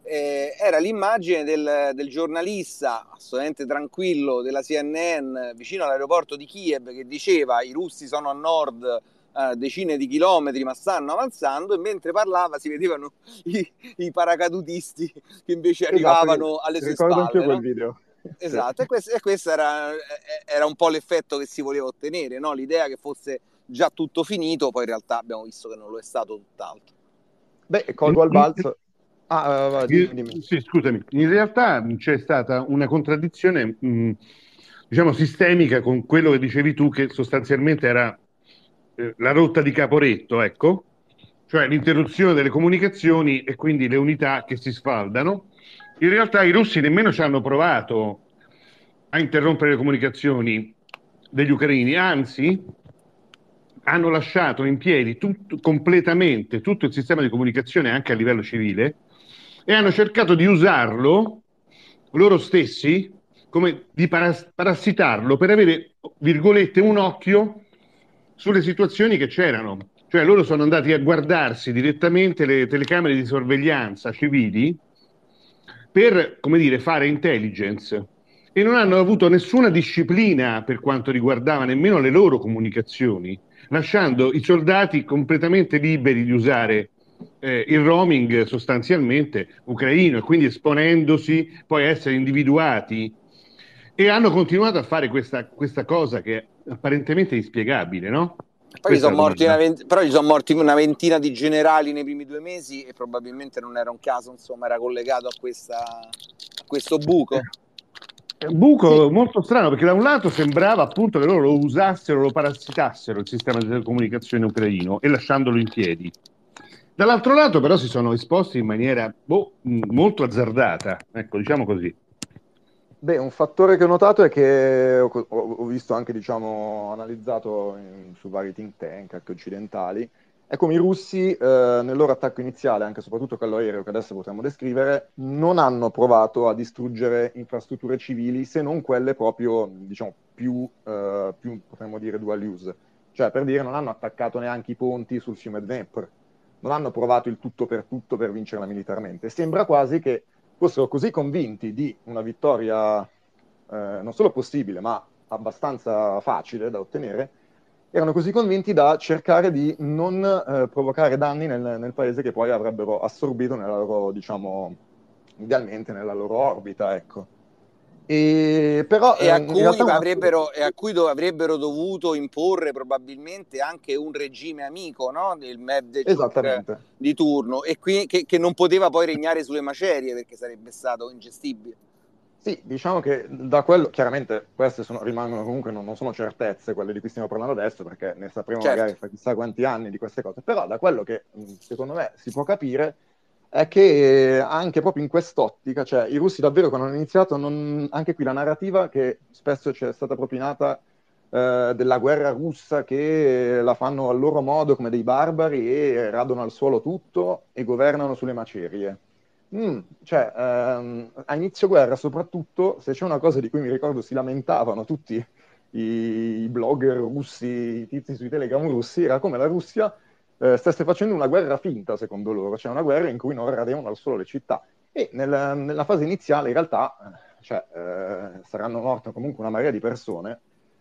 era l'immagine del giornalista assolutamente tranquillo della CNN vicino all'aeroporto di Kiev, che diceva: i russi sono a nord decine di chilometri ma stanno avanzando, e mentre parlava si vedevano i paracadutisti che invece arrivavano alle sue ricordo spalle, anche quel no? video. Esatto, e questo era un po' l'effetto che si voleva ottenere, no? L'idea che fosse già tutto finito, poi in realtà abbiamo visto che non lo è stato tutt'altro. Beh, colgo al balzo. Dimmi. Sì, scusami, in realtà c'è stata una contraddizione, diciamo, sistemica con quello che dicevi tu, che sostanzialmente era la rotta di Caporetto, ecco, cioè l'interruzione delle comunicazioni e quindi le unità che si sfaldano. In realtà i russi nemmeno ci hanno provato a interrompere le comunicazioni degli ucraini, anzi hanno lasciato in piedi completamente tutto il sistema di comunicazione anche a livello civile, e hanno cercato di usarlo loro stessi, come di parassitarlo, per avere, virgolette, un occhio sulle situazioni che c'erano. Cioè loro sono andati a guardarsi direttamente le telecamere di sorveglianza civili per, come dire, fare intelligence, e non hanno avuto nessuna disciplina per quanto riguardava nemmeno le loro comunicazioni, lasciando i soldati completamente liberi di usare il roaming sostanzialmente ucraino, e quindi esponendosi poi a essere individuati, e hanno continuato a fare questa cosa che è apparentemente inspiegabile, no? Poi però gli sono morti una ventina di generali nei primi 2 mesi, e probabilmente non era un caso, insomma, era collegato a questo buco. Buco molto strano, perché da un lato sembrava appunto che loro lo usassero, lo parassitassero il sistema di telecomunicazione ucraino e lasciandolo in piedi. Dall'altro lato però si sono esposti in maniera molto azzardata, ecco, diciamo così. Beh, un fattore che ho notato è che ho visto anche, diciamo, analizzato su vari think tank anche occidentali, è come i russi nel loro attacco iniziale, anche soprattutto quello aereo che adesso potremmo descrivere, non hanno provato a distruggere infrastrutture civili, se non quelle proprio, diciamo, più potremmo dire dual use. Cioè, per dire, non hanno attaccato neanche i ponti sul fiume Dnepr, non hanno provato il tutto per vincerla militarmente. Sembra quasi che fossero così convinti di una vittoria non solo possibile, ma abbastanza facile da ottenere, erano così convinti da cercare di non provocare danni nel paese che poi avrebbero assorbito nella loro, diciamo, idealmente nella loro orbita, ecco. Però, e a cui avrebbero dovuto imporre probabilmente anche un regime amico, no? Del Medvedchuk di turno, e che non poteva poi regnare sulle macerie, perché sarebbe stato ingestibile. Sì, diciamo che da quello, chiaramente queste rimangono comunque, non sono certezze quelle di cui stiamo parlando adesso, perché ne sapremo magari fra chissà quanti anni di queste cose, però da quello che secondo me si può capire è che anche proprio in quest'ottica, cioè i russi davvero quando hanno iniziato, anche qui la narrativa che spesso c'è stata propinata della guerra russa, che la fanno al loro modo come dei barbari e radono al suolo tutto e governano sulle macerie. Cioè, a inizio guerra soprattutto, se c'è una cosa di cui mi ricordo si lamentavano tutti i blogger russi, i tizi sui Telegram russi, era come la Russia stesse facendo una guerra finta, secondo loro, cioè una guerra in cui non radevano al suolo le città. E nella fase iniziale, in realtà, saranno morte comunque una marea di persone,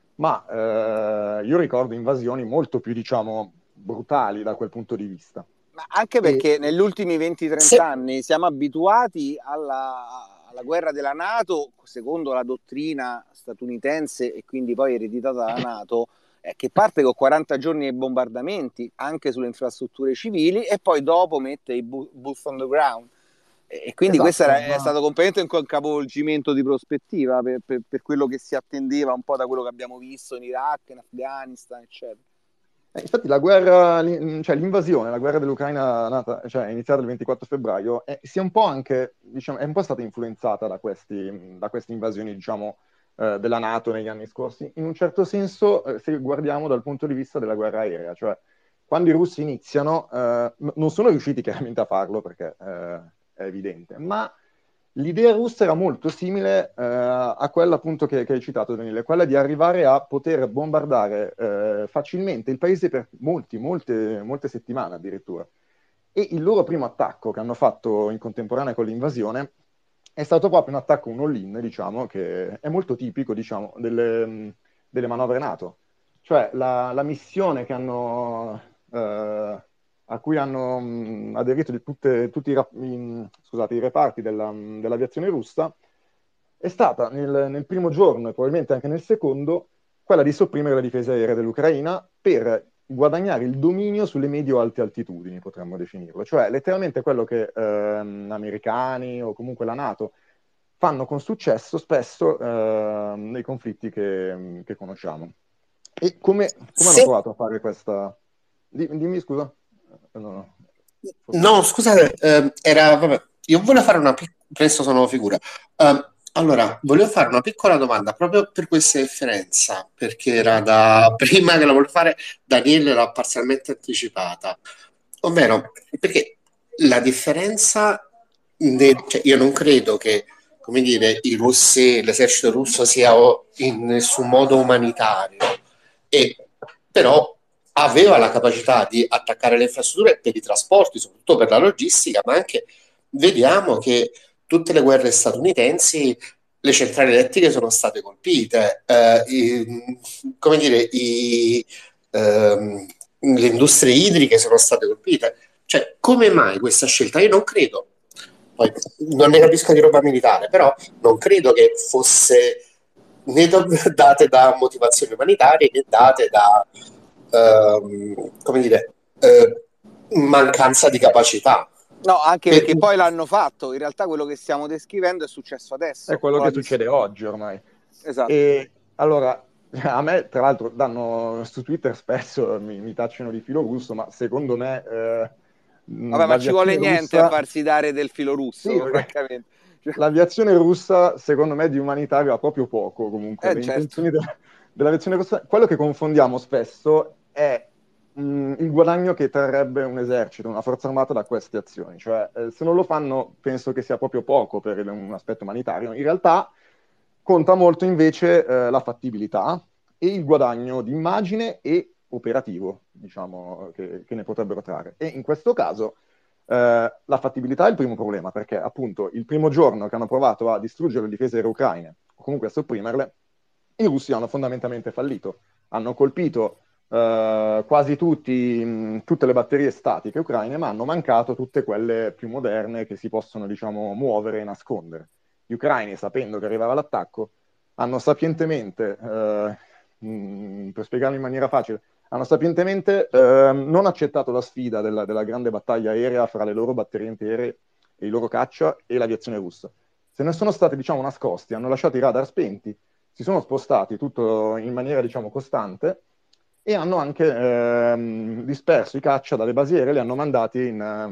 ma io ricordo invasioni molto più, diciamo, brutali da quel punto di vista. Ma anche perché negli ultimi 20-30 anni siamo abituati alla guerra della NATO, secondo la dottrina statunitense e quindi poi ereditata dalla NATO, che parte con 40 giorni di bombardamenti anche sulle infrastrutture civili, e poi dopo mette i boots on the ground. E quindi questo è stato completamente un capovolgimento di prospettiva per quello che si attendeva un po' da quello che abbiamo visto in Iraq, in Afghanistan, eccetera. Infatti la guerra, cioè l'invasione, la guerra dell'Ucraina cioè iniziata il 24 febbraio, si è un po' anche, diciamo, è un po' stata influenzata da queste invasioni, diciamo, della NATO negli anni scorsi, in un certo senso, se guardiamo dal punto di vista della guerra aerea, cioè quando i russi iniziano, non sono riusciti chiaramente a farlo, perché è evidente, ma l'idea russa era molto simile a quella appunto che hai citato, Daniele, quella di arrivare a poter bombardare facilmente il paese per molte settimane addirittura. E il loro primo attacco che hanno fatto in contemporanea con l'invasione è stato proprio un attacco, un all-in, diciamo, che è molto tipico, diciamo, delle manovre NATO. Cioè la missione che hanno, a cui hanno aderito tutti scusate, i reparti dell'aviazione russa è stata nel primo giorno e probabilmente anche nel secondo quella di sopprimere la difesa aerea dell'Ucraina per guadagnare il dominio sulle medio-alte altitudini, potremmo definirlo. Cioè letteralmente quello che americani o comunque la NATO fanno con successo spesso nei conflitti che conosciamo. E come hanno Se provato a fare questa... Dimmi scusa. No, No, scusate, vabbè, io volevo fare una piccola, adesso sono figura. Allora, volevo fare una piccola domanda proprio per questa differenza, perché era da prima che la volevo fare, Daniele l'ha parzialmente anticipata, ovvero perché la differenza, cioè io non credo che, come dire, l'esercito russo sia in nessun modo umanitario, e però aveva la capacità di attaccare le infrastrutture per i trasporti, soprattutto per la logistica, ma anche vediamo che tutte le guerre statunitensi, le centrali elettriche sono state colpite, come dire, le industrie idriche sono state colpite. Cioè, come mai questa scelta? Io non credo, poi non ne capisco di roba militare, però non credo che fosse né date da motivazioni umanitarie né date da come dire, mancanza di capacità. No, anche Per- perché poi l'hanno fatto. In realtà quello che stiamo descrivendo è successo è adesso. quello che succede oggi ormai. Esatto. E allora, a me, tra l'altro, danno su Twitter spesso mi tacciano di filo russo, ma secondo me Vabbè, ma ci vuole l'aviazione niente a russa, farsi dare del filo sì, russo, francamente. Cioè, l'aviazione russa, secondo me, di umanitario ha proprio poco, comunque. Le certo. intenzioni dell'aviazione russa, quello che confondiamo spesso è il guadagno che trarrebbe un esercito, una forza armata da queste azioni. Cioè, se non lo fanno, penso che sia proprio poco per un aspetto umanitario. In realtà conta molto invece la fattibilità e il guadagno di immagine e operativo, diciamo, che ne potrebbero trarre. E in questo caso la fattibilità è il primo problema, perché appunto il primo giorno che hanno provato a distruggere le difese aeree ucraine, o comunque a sopprimerle, i russi hanno fondamentalmente fallito. Hanno colpito quasi tutte le batterie statiche ucraine, ma hanno mancato tutte quelle più moderne che si possono, diciamo, muovere e nascondere. Gli ucraini, sapendo che arrivava l'attacco, hanno sapientemente, per spiegarlo in maniera facile, hanno sapientemente non accettato la sfida della grande battaglia aerea fra le loro batterie antiaeree e i loro caccia e l'aviazione russa. Se ne sono stati, diciamo, nascosti, hanno lasciato i radar spenti, si sono spostati tutto in maniera, diciamo, costante e hanno anche disperso i caccia dalle basi aeree, li hanno mandati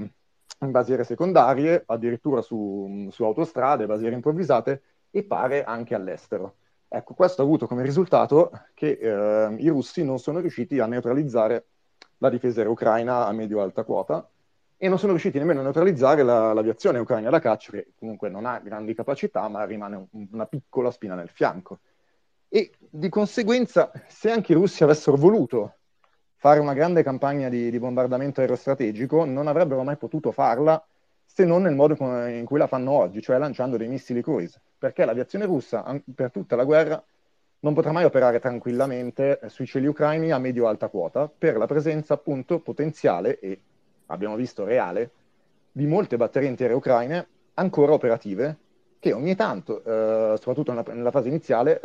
in basi aeree secondarie, addirittura su autostrade, basi aeree improvvisate e pare anche all'estero. Ecco, questo ha avuto come risultato che i russi non sono riusciti a neutralizzare la difesa aerea ucraina a medio-alta quota e non sono riusciti nemmeno a neutralizzare l'aviazione ucraina da caccia, che comunque non ha grandi capacità, ma rimane una piccola spina nel fianco. E di conseguenza, se anche i russi avessero voluto fare una grande campagna di bombardamento aerostrategico, non avrebbero mai potuto farla se non nel modo in cui la fanno oggi, cioè lanciando dei missili cruise, perché l'aviazione russa per tutta la guerra non potrà mai operare tranquillamente sui cieli ucraini a medio-alta quota per la presenza appunto potenziale e abbiamo visto reale di molte batterie intere ucraine ancora operative che ogni tanto, soprattutto nella fase iniziale,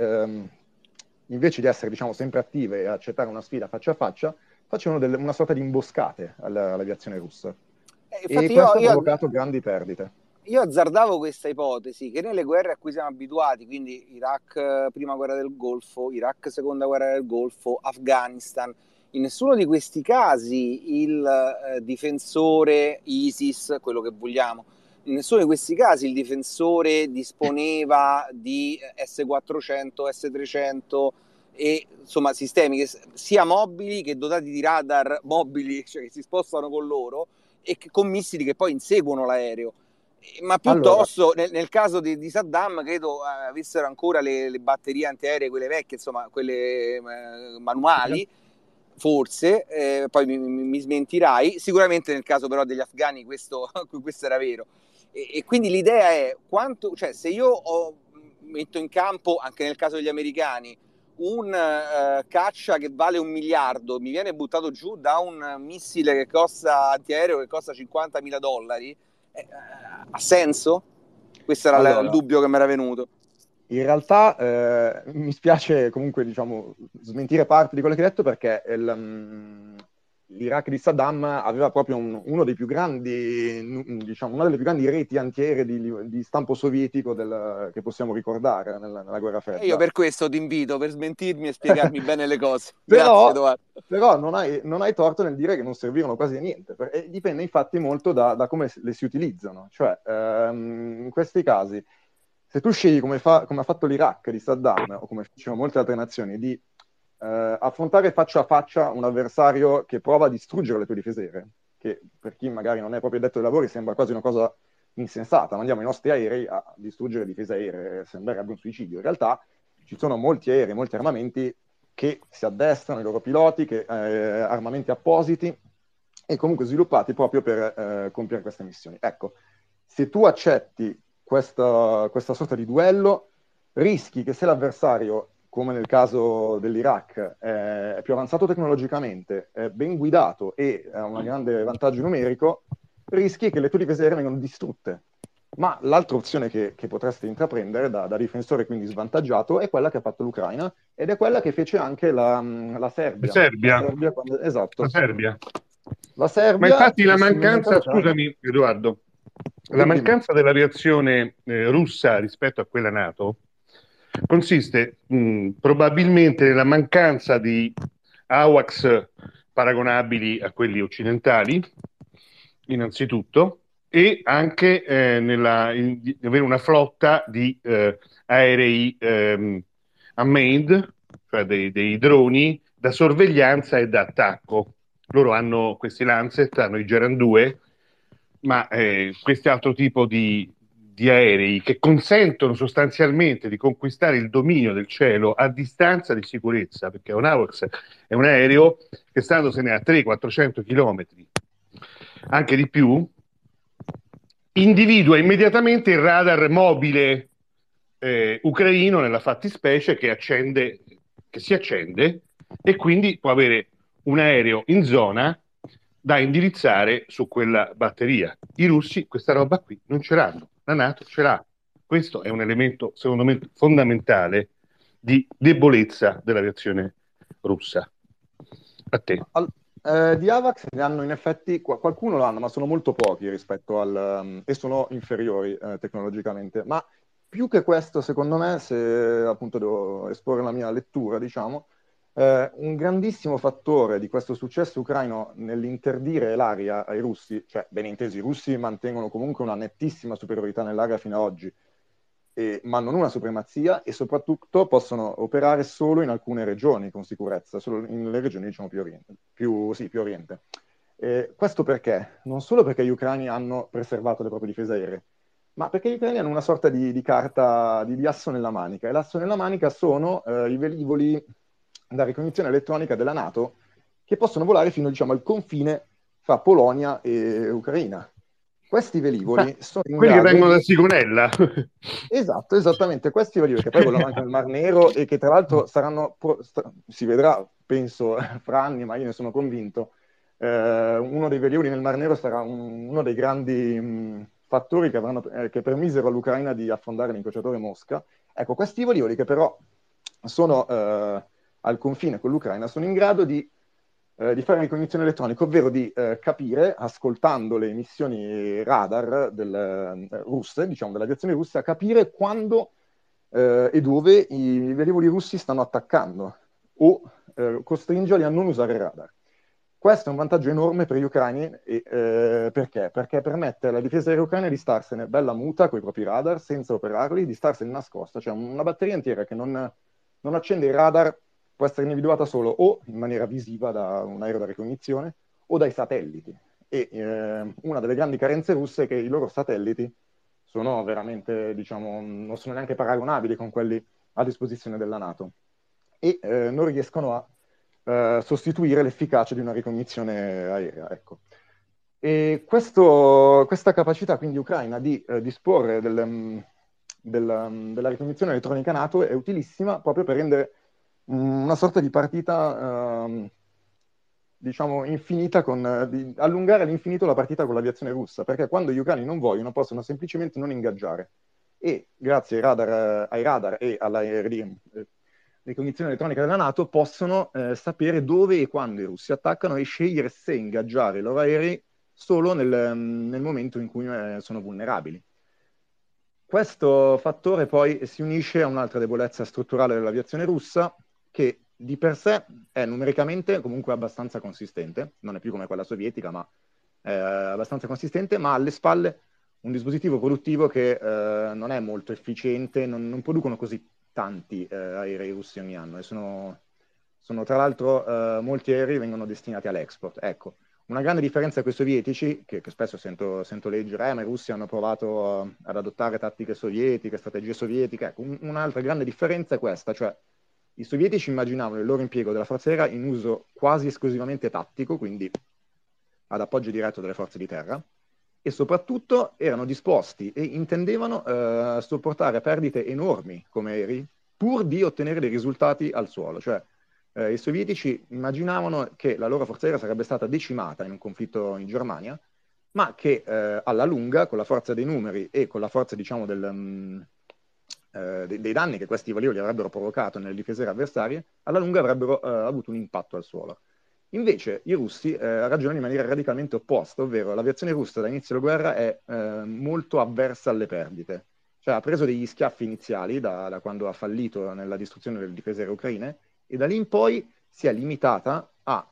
invece di essere, diciamo, sempre attive e accettare una sfida faccia a faccia, facevano una sorta di imboscate all'aviazione russa. E Infatti questo ha provocato grandi perdite. io azzardavo questa ipotesi che nelle guerre a cui siamo abituati, quindi Iraq prima guerra del Golfo, Iraq seconda guerra del Golfo, Afghanistan, in nessuno di questi casi il difensore ISIS, quello che vogliamo, in nessuno di questi casi il difensore disponeva di S-400, S-300 e insomma sistemi che sia mobili che dotati di radar mobili, cioè che si spostano con loro e con missili che poi inseguono l'aereo. Ma piuttosto allora, nel caso di Saddam credo avessero ancora le batterie antiaeree, quelle vecchie, insomma quelle manuali, forse, poi mi smentirai, sicuramente nel caso però degli afghani questo era vero. E quindi l'idea è quanto, cioè se io metto in campo, anche nel caso degli americani, un caccia che vale 1 miliardo, mi viene buttato giù da un missile che costa antiaereo che costa $50.000, ha senso? Questo era il Allora, dubbio che mi era venuto. in realtà mi spiace comunque, diciamo, smentire parte di quello che hai detto, perché l'Iraq di Saddam aveva proprio uno dei più grandi, diciamo, una delle più grandi reti antiaeree di stampo sovietico che possiamo ricordare nella guerra E io fredda. per questo ti invito per smentirmi e spiegarmi bene le cose. Grazie, Però, Edoardo. però non hai torto nel dire che non servivano quasi a niente. E dipende infatti molto da come le si utilizzano. Cioè, in questi casi, se tu scegli come ha fatto l'Iraq di Saddam, o come facevano molte altre nazioni, di affrontare faccia a faccia un avversario che prova a distruggere le tue difese aeree, che per chi magari non è proprio addetto ai lavori sembra quasi una cosa insensata, mandiamo i nostri aerei a distruggere difese aeree, sembrerebbe un suicidio. In realtà ci sono molti aerei, molti armamenti che si addestrano, i loro piloti, armamenti appositi e comunque sviluppati proprio per compiere queste missioni. Ecco, se tu accetti questa sorta di duello, rischi che se l'avversario, come nel caso dell'Iraq, è più avanzato tecnologicamente, è ben guidato e ha un grande vantaggio numerico, rischi che le tue difese aeree vengano distrutte. Ma l'altra opzione che potresti intraprendere da difensore quindi svantaggiato è quella che ha fatto l'Ucraina ed è quella che fece anche la Serbia. Serbia. Esatto. La Serbia. La Ma Serbia, infatti la similmente mancanza, all'Ucraina. scusami Edoardo, la Dimmi. mancanza dell'aviazione russa rispetto a quella NATO consiste probabilmente nella mancanza di AWACS paragonabili a quelli occidentali, innanzitutto, e anche di avere una flotta di aerei unmanned, cioè dei droni da sorveglianza e da attacco. Loro hanno questi Lancet, hanno i Geran 2, ma questo altro tipo di aerei che consentono sostanzialmente di conquistare il dominio del cielo a distanza di sicurezza, perché un AWACS è un aereo che standosene a 300-400 km, anche di più, individua immediatamente il radar mobile ucraino nella fattispecie che si accende e quindi può avere un aereo in zona da indirizzare su quella batteria. I russi questa roba qui non ce l'hanno, la NATO ce l'ha. Questo è un elemento, secondo me, fondamentale di debolezza dell'aviazione russa. A te. Di AVAX ne hanno in effetti, qualcuno lo hanno, ma sono molto pochi rispetto e sono inferiori tecnologicamente. Ma più che questo, secondo me, se appunto devo esporre la mia lettura, diciamo, un grandissimo fattore di questo successo ucraino nell'interdire l'aria ai russi, cioè ben intesi, i russi mantengono comunque una nettissima superiorità nell'aria fino ad oggi, ma non una supremazia, e soprattutto possono operare solo in alcune regioni con sicurezza, solo nelle regioni diciamo più oriente. Questo perché? Non solo perché gli ucraini hanno preservato le proprie difese aeree, ma perché gli ucraini hanno una sorta di carta, di asso nella manica, e l'asso nella manica sono i velivoli da ricognizione elettronica della NATO che possono volare fino, diciamo, al confine fra Polonia e Ucraina. Questi velivoli sono in Quelli che grado vengono da di... Sigonella. Esatto, esattamente, questi velivoli che poi volano anche nel Mar Nero e che tra l'altro saranno, si vedrà, penso, fra anni, ma io ne sono convinto, uno dei velivoli nel Mar Nero sarà uno dei grandi fattori che permisero all'Ucraina di affondare l'incrociatore Mosca. Ecco, questi velivoli che però sono al confine con l'Ucraina sono in grado di fare ricognizione elettronica, ovvero di capire, ascoltando le emissioni radar russe, diciamo dell'aviazione russa, capire quando e dove i velivoli russi stanno attaccando o costringerli a non usare radar. Questo è un vantaggio enorme per gli ucraini, perché? Perché permette alla difesa aerea ucraina di starsene bella muta con i propri radar, senza operarli, di starsene nascosta, cioè una batteria intera che non accende i radar può essere individuata solo o in maniera visiva da un aereo da ricognizione o dai satelliti. E una delle grandi carenze russe è che i loro satelliti sono veramente, diciamo, non sono neanche paragonabili con quelli a disposizione della NATO e non riescono a sostituire l'efficacia di una ricognizione aerea. Ecco. E questa capacità quindi ucraina di disporre della ricognizione elettronica NATO è utilissima proprio per rendere una sorta di partita, diciamo, infinita, di allungare all'infinito la partita con l'aviazione russa, perché quando gli ucraini non vogliono possono semplicemente non ingaggiare. E grazie ai radar e alla ricognizione elettronica della NATO possono sapere dove e quando i russi attaccano e scegliere se ingaggiare i loro aerei solo nel momento in cui sono vulnerabili. Questo fattore poi si unisce a un'altra debolezza strutturale dell'aviazione russa, che di per sé è numericamente comunque abbastanza consistente, non è più come quella sovietica, ma è abbastanza consistente, ma alle spalle un dispositivo produttivo che non è molto efficiente, non producono così tanti aerei russi ogni anno, e sono tra l'altro molti aerei vengono destinati all'export. Ecco, una grande differenza con i sovietici, che spesso sento leggere, ma i russi hanno provato ad adottare tattiche sovietiche, strategie sovietiche. Ecco, un'altra grande differenza è questa, cioè i sovietici immaginavano il loro impiego della forza aerea in uso quasi esclusivamente tattico, quindi ad appoggio diretto delle forze di terra, e soprattutto erano disposti e intendevano sopportare perdite enormi come aerei pur di ottenere dei risultati al suolo. Cioè i sovietici immaginavano che la loro forza aerea sarebbe stata decimata in un conflitto in Germania, ma che alla lunga, con la forza dei numeri e con la forza, diciamo, dei danni che questi velivoli avrebbero provocato nelle difese avversarie, alla lunga avrebbero avuto un impatto al suolo. Invece i russi ragionano in maniera radicalmente opposta, ovvero l'aviazione russa dall'inizio della guerra è molto avversa alle perdite. Cioè ha preso degli schiaffi iniziali da quando ha fallito nella distruzione delle difese aeree ucraine, e da lì in poi si è limitata a,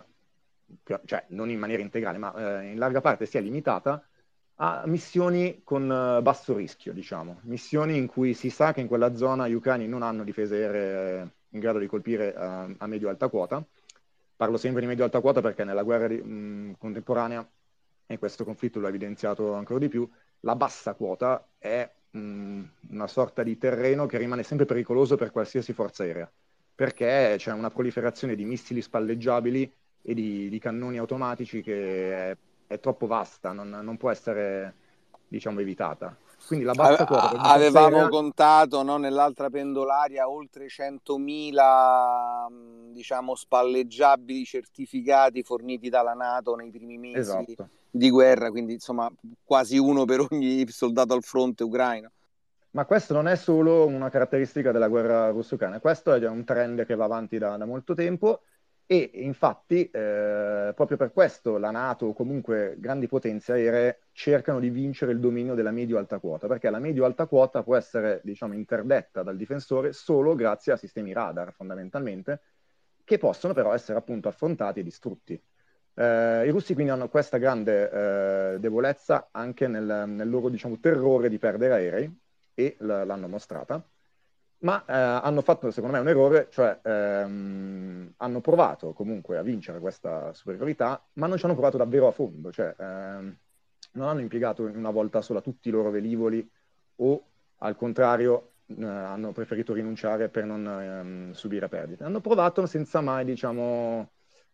cioè non in maniera integrale, ma in larga parte si è limitata a missioni con basso rischio, diciamo. Missioni in cui si sa che in quella zona gli ucraini non hanno difese aeree in grado di colpire a medio-alta quota. Parlo sempre di medio-alta quota perché nella guerra contemporanea, e questo conflitto lo ha evidenziato ancora di più, la bassa quota è una sorta di terreno che rimane sempre pericoloso per qualsiasi forza aerea, perché c'è una proliferazione di missili spalleggiabili e di cannoni automatici che è troppo vasta, non può essere, diciamo, evitata. Quindi la bassa quota per una forza Avevamo aerea... contato, no, nell'altra pendolaria oltre 100.000 diciamo, spalleggiabili certificati forniti dalla NATO nei primi mesi Esatto. di guerra, quindi insomma quasi uno per ogni soldato al fronte ucraino. Ma questo non è solo una caratteristica della guerra russo-ucraina, questo è un trend che va avanti da molto tempo, e infatti proprio per questo la NATO o comunque grandi potenze aeree cercano di vincere il dominio della medio-alta quota, perché la medio-alta quota può essere, diciamo, interdetta dal difensore solo grazie a sistemi radar, fondamentalmente, che possono però essere appunto affrontati e distrutti. I russi quindi hanno questa grande debolezza anche nel loro, diciamo, terrore di perdere aerei, e l'hanno mostrata, ma hanno fatto secondo me un errore, cioè hanno provato comunque a vincere questa superiorità, ma non ci hanno provato davvero a fondo, cioè non hanno impiegato in una volta sola tutti i loro velivoli, o al contrario hanno preferito rinunciare per non subire perdite. Hanno provato senza mai, diciamo,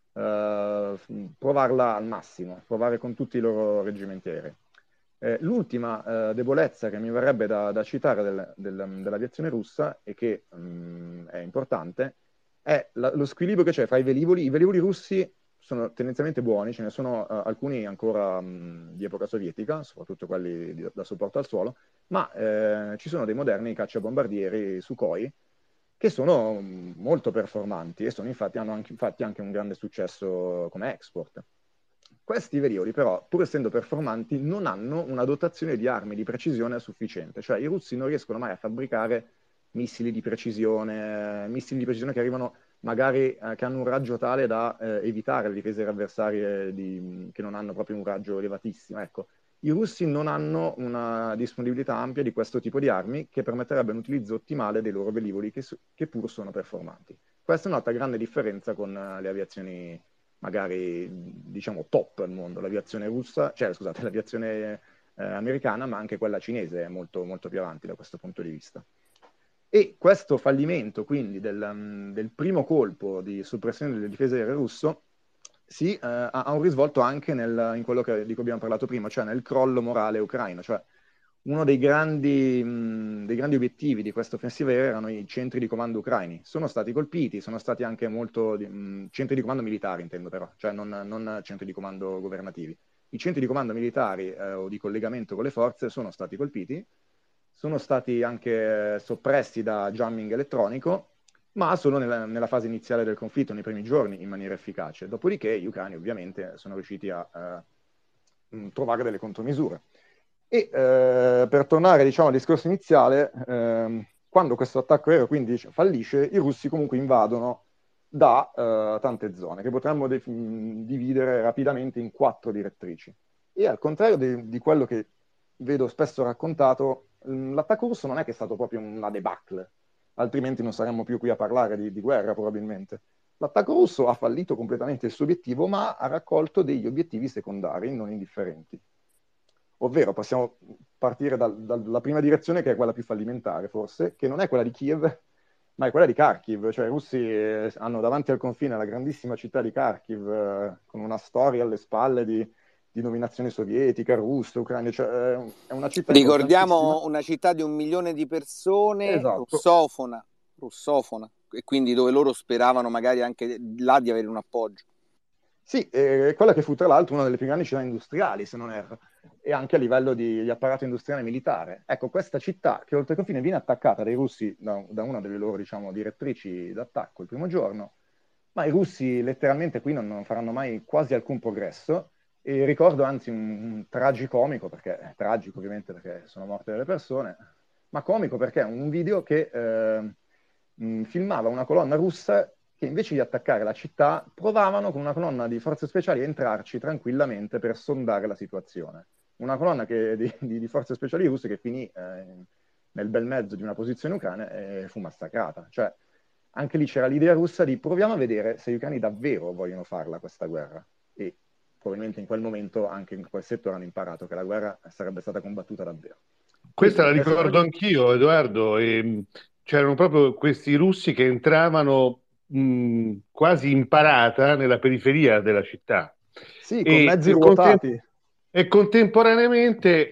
provarla al massimo, provare con tutti i loro reggimenti aerei. L'ultima debolezza che mi verrebbe da citare dell'aviazione russa, e che è importante, è lo squilibrio che c'è fra i velivoli. I velivoli russi sono tendenzialmente buoni, ce ne sono alcuni ancora di epoca sovietica, soprattutto quelli da supporto al suolo, ma ci sono dei moderni cacciabombardieri Sukhoi che sono molto performanti e hanno anche un grande successo come export. Questi velivoli però, pur essendo performanti, non hanno una dotazione di armi di precisione sufficiente, cioè i russi non riescono mai a fabbricare missili di precisione che arrivano magari che hanno un raggio tale da evitare le difese avversarie che non hanno proprio un raggio elevatissimo. Ecco, i russi non hanno una disponibilità ampia di questo tipo di armi che permetterebbe un utilizzo ottimale dei loro velivoli che pur sono performanti. Questa è un'altra grande differenza con le aviazioni magari, diciamo, top al mondo. L'aviazione russa, cioè scusate, l'aviazione americana, ma anche quella cinese è molto, molto più avanti da questo punto di vista. E questo fallimento, quindi, del primo colpo di soppressione delle difese aeree russo ha un risvolto anche in quello di cui abbiamo parlato prima, cioè nel crollo morale ucraino. Cioè, uno dei grandi obiettivi di questa offensiva aerea erano i centri di comando ucraini. Sono stati colpiti, sono stati anche centri di comando militari, intendo però, cioè non centri di comando governativi. I centri di comando militari o di collegamento con le forze sono stati colpiti, sono stati anche soppressi da jamming elettronico, ma solo nella fase iniziale del conflitto, nei primi giorni, in maniera efficace. Dopodiché gli ucraini ovviamente sono riusciti a trovare delle contromisure. E per tornare, diciamo, al discorso iniziale, quando questo attacco aereo quindi fallisce, i russi comunque invadono da tante zone, che potremmo dividere rapidamente in 4 direttrici. E al contrario di quello che vedo spesso raccontato, l'attacco russo non è che è stato proprio una debacle, altrimenti non saremmo più qui a parlare di guerra probabilmente. L'attacco russo ha fallito completamente il suo obiettivo, ma ha raccolto degli obiettivi secondari non indifferenti. Ovvero, possiamo partire dalla prima direzione, che è quella più fallimentare, forse, che non è quella di Kiev, ma è quella di Kharkiv. Cioè, i russi hanno davanti al confine la grandissima città di Kharkiv, con una storia alle spalle di dominazione sovietica, russa, ucraina. Cioè, è una città Ricordiamo una città di 1 milione di persone, esatto, russofona, e quindi dove loro speravano magari anche là di avere un appoggio. Sì, quella che fu tra l'altro una delle più grandi città industriali, se non erro, e anche a livello di apparato industriale militare. Ecco, questa città che oltre confine viene attaccata dai russi da una delle loro, diciamo, direttrici d'attacco il primo giorno, ma i russi letteralmente qui non faranno mai quasi alcun progresso. E ricordo anzi un tragicomico, perché è tragico ovviamente perché sono morte delle persone, ma comico perché è un video che filmava una colonna russa che invece di attaccare la città provavano con una colonna di forze speciali a entrarci tranquillamente per sondare la situazione. Una colonna di forze speciali russe che finì nel bel mezzo di una posizione ucraina e fu massacrata. Cioè, anche lì c'era l'idea russa di proviamo a vedere se gli ucraini davvero vogliono farla questa guerra. E probabilmente in quel momento anche in quel settore hanno imparato che la guerra sarebbe stata combattuta davvero. Questa la Quindi, ricordo anch'io, Edoardo, e c'erano proprio questi russi che entravano quasi in parata nella periferia della città sì, con e, mezzi ruotati. e contemporaneamente,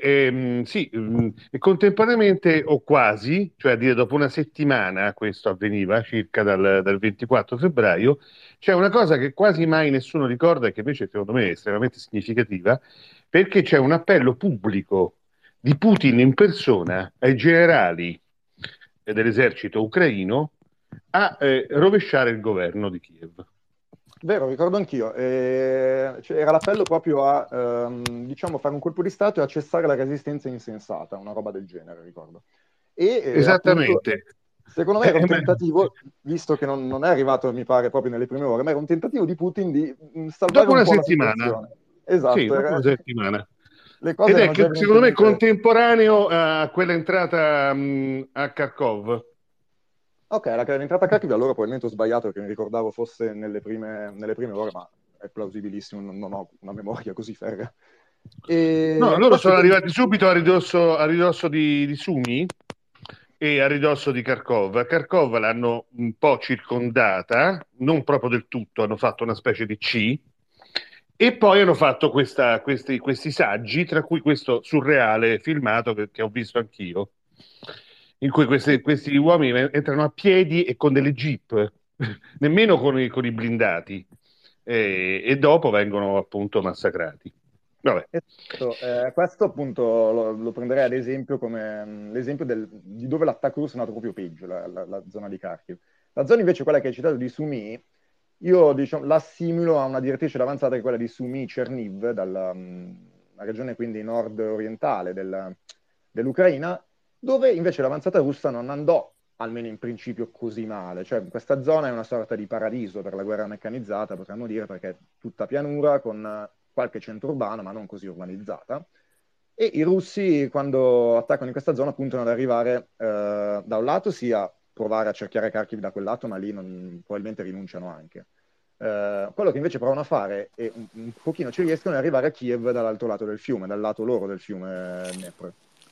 e contemporaneamente o quasi, cioè a dire dopo una settimana, questo avveniva circa dal 24 febbraio, c'è una cosa che quasi mai nessuno ricorda e che invece secondo me è estremamente significativa, perché c'è un appello pubblico di Putin in persona ai generali dell'esercito ucraino a rovesciare il governo di Kiev. Vero, ricordo anch'io. Cioè, era l'appello proprio a diciamo, fare un colpo di Stato e a cessare la resistenza insensata, una roba del genere, ricordo. E appunto, Esattamente. secondo me era un tentativo, visto che non è arrivato, mi pare, proprio nelle prime ore, ma era un tentativo di Putin di salvare Dopo un una po' la settimana, situazione. sì, Esatto, dopo una settimana. le cose Ed è erano già secondo me evidentemente... contemporaneo a quella entrata a Kharkov. Ok, era entrata a Kharkiv, allora probabilmente ho sbagliato perché mi ricordavo fosse nelle prime ore, ma è plausibilissimo, non ho una memoria così ferrea. No, E loro questo sono arrivati subito a ridosso di Sumi e a ridosso di Kharkov. A Kharkov l'hanno un po' circondata, non proprio del tutto, hanno fatto una specie di C e poi hanno fatto questi saggi, tra cui questo surreale filmato che ho visto anch'io, in cui questi uomini entrano a piedi e con delle jeep, nemmeno con i blindati, e dopo vengono appunto massacrati. Vabbè. Esatto, questo appunto lo prenderei ad esempio come l'esempio di dove l'attacco russo è nato proprio peggio, la zona di Kharkiv. La zona invece, quella che hai citato di Sumy, io diciamo, l'assimilo a una direttrice d'avanzata che è quella di Sumy-Cherniv, dalla regione quindi nord-orientale dell'Ucraina, dove invece l'avanzata russa non andò, almeno in principio, così male. Cioè questa zona è una sorta di paradiso per la guerra meccanizzata, potremmo dire, perché è tutta pianura con qualche centro urbano, ma non così urbanizzata. E i russi, quando attaccano in questa zona, puntano ad arrivare da un lato sia provare a cerchiare Kharkiv da quel lato, ma lì probabilmente rinunciano anche. Quello che invece provano a fare, e un pochino ci riescono, è arrivare a Kiev dall'altro lato del fiume, dal lato loro del fiume Dnepr.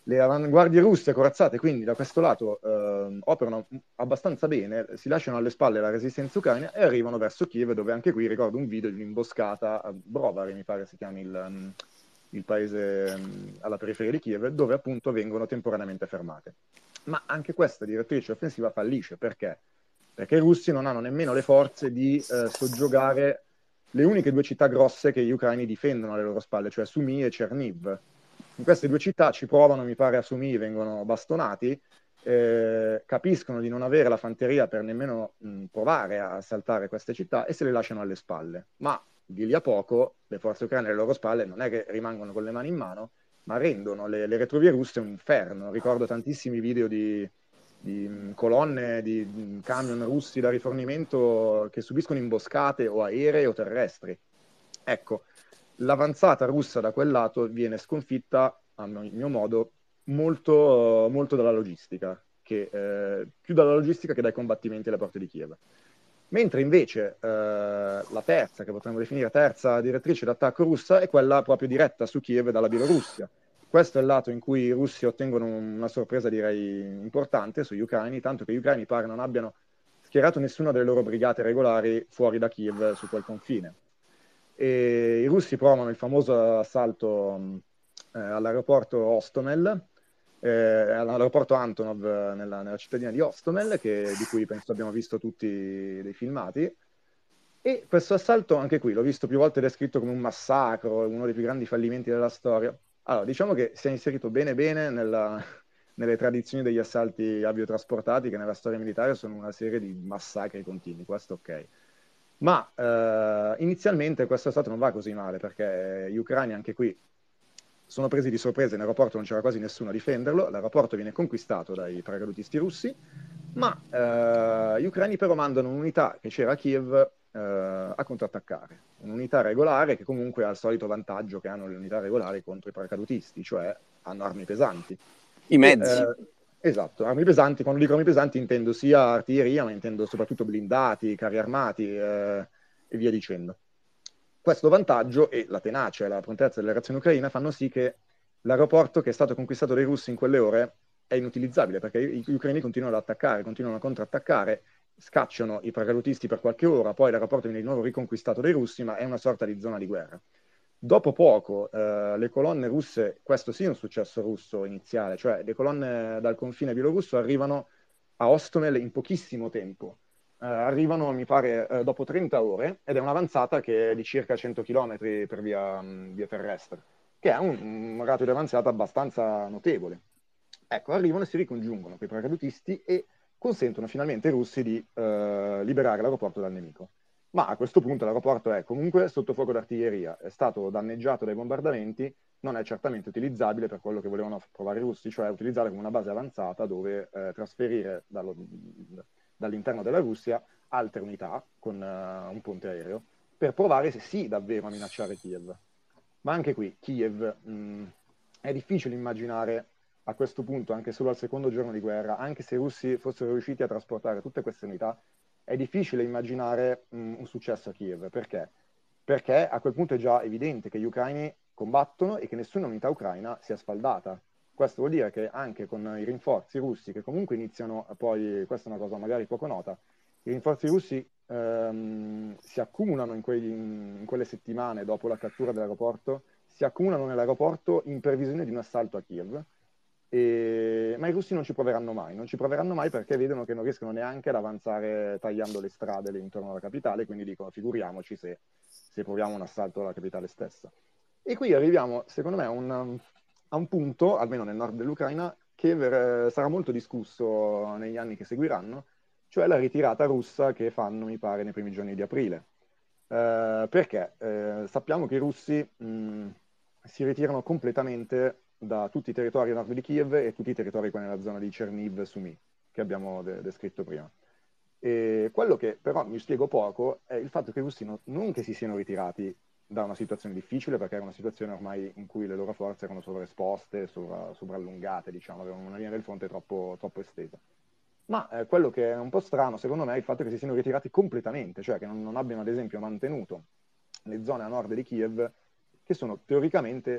Le avanguardie russe corazzate quindi da questo lato operano abbastanza bene, si lasciano alle spalle la resistenza ucraina e arrivano verso Kiev, dove anche qui ricordo un video di un'imboscata a Brovary, mi pare si chiami il paese alla periferia di Kiev, dove appunto vengono temporaneamente fermate. Ma anche questa direttrice offensiva fallisce, perché? Perché i russi non hanno nemmeno le forze di soggiogare le uniche due città grosse che gli ucraini difendono alle loro spalle, cioè Sumy e Cherniv. In queste due città ci provano, mi pare a Sumy vengono bastonati, capiscono di non avere la fanteria per nemmeno provare a assaltare queste città e se le lasciano alle spalle. Ma di lì a poco le forze ucraine alle loro spalle non è che rimangono con le mani in mano, ma rendono le retrovie russe un inferno. Ricordo tantissimi video di colonne, di camion russi da rifornimento che subiscono imboscate o aeree o terrestri. Ecco, l'avanzata russa da quel lato viene sconfitta, a mio modo, molto, molto dalla logistica, più dalla logistica che dai combattimenti alle porte di Kiev. Mentre invece la terza, che potremmo definire terza direttrice d'attacco russa, è quella proprio diretta su Kiev dalla Bielorussia. Questo è il lato in cui i russi ottengono una sorpresa, direi, importante sugli ucraini, tanto che gli ucraini pare non abbiano schierato nessuna delle loro brigate regolari fuori da Kiev su quel confine. E i russi provano il famoso assalto all'aeroporto Hostomel, all'aeroporto Antonov nella cittadina di Hostomel, di cui penso abbiamo visto tutti dei filmati. E questo assalto, anche qui, l'ho visto più volte descritto come un massacro, uno dei più grandi fallimenti della storia. Allora, diciamo che si è inserito bene nelle tradizioni degli assalti aviotrasportati, che nella storia militare sono una serie di massacri continui, questo ok. Ma inizialmente questo assalto non va così male, perché gli ucraini anche qui sono presi di sorpresa, in aeroporto non c'era quasi nessuno a difenderlo, l'aeroporto viene conquistato dai paracadutisti russi, ma gli ucraini però mandano un'unità che c'era a Kiev a contrattaccare, un'unità regolare che comunque ha il solito vantaggio che hanno le unità regolari contro i paracadutisti, cioè hanno armi pesanti. I mezzi. Esatto, armi pesanti, quando dico armi pesanti intendo sia artiglieria, ma intendo soprattutto blindati, carri armati e via dicendo. Questo vantaggio e la tenacia e la prontezza della reazione ucraina fanno sì che l'aeroporto che è stato conquistato dai russi in quelle ore è inutilizzabile, perché gli ucraini continuano ad attaccare, continuano a contrattaccare, scacciano i paracadutisti per qualche ora, poi l'aeroporto viene di nuovo riconquistato dai russi, ma è una sorta di zona di guerra. Dopo poco le colonne russe, questo sì è un successo russo iniziale, cioè le colonne dal confine bielorusso arrivano a Hostomel in pochissimo tempo. Arrivano, mi pare, dopo 30 ore ed è un'avanzata che è di circa 100 km per via terrestre, che è un raggio di avanzata abbastanza notevole. Ecco, arrivano e si ricongiungono con i paracadutisti e consentono finalmente ai russi di liberare l'aeroporto dal nemico. Ma a questo punto l'aeroporto è comunque sotto fuoco d'artiglieria, è stato danneggiato dai bombardamenti, non è certamente utilizzabile per quello che volevano provare i russi, cioè utilizzare come una base avanzata dove trasferire dall'interno della Russia altre unità con un ponte aereo per provare se sì davvero a minacciare Kiev. Ma anche qui Kiev è difficile immaginare a questo punto, anche solo al secondo giorno di guerra, anche se i russi fossero riusciti a trasportare tutte queste unità, è difficile immaginare un successo a Kiev. Perché? Perché a quel punto è già evidente che gli ucraini combattono e che nessuna unità ucraina si è sfaldata. Questo vuol dire che anche con i rinforzi russi, che comunque iniziano, poi questa è una cosa magari poco nota, i rinforzi russi si accumulano in quelle settimane dopo la cattura dell'aeroporto, si accumulano nell'aeroporto in previsione di un assalto a Kiev. Ma i russi non ci proveranno mai perché vedono che non riescono neanche ad avanzare tagliando le strade intorno alla capitale, quindi dicono figuriamoci se proviamo un assalto alla capitale stessa. E qui arriviamo, secondo me, a un punto, almeno nel nord dell'Ucraina, che sarà molto discusso negli anni che seguiranno, cioè la ritirata russa che fanno, mi pare, nei primi giorni di aprile. Perché sappiamo che i russi si ritirano completamente da tutti i territori a nord di Kiev e tutti i territori qua nella zona di Cherniv e Sumy, che abbiamo descritto prima. E quello che però mi spiego poco è il fatto che i russi non che si siano ritirati da una situazione difficile, perché era una situazione ormai in cui le loro forze erano sovraesposte, sovrallungate, diciamo, avevano una linea del fronte troppo estesa. Ma quello che è un po' strano, secondo me, è il fatto che si siano ritirati completamente, cioè che non abbiano, ad esempio, mantenuto le zone a nord di Kiev, che sono teoricamente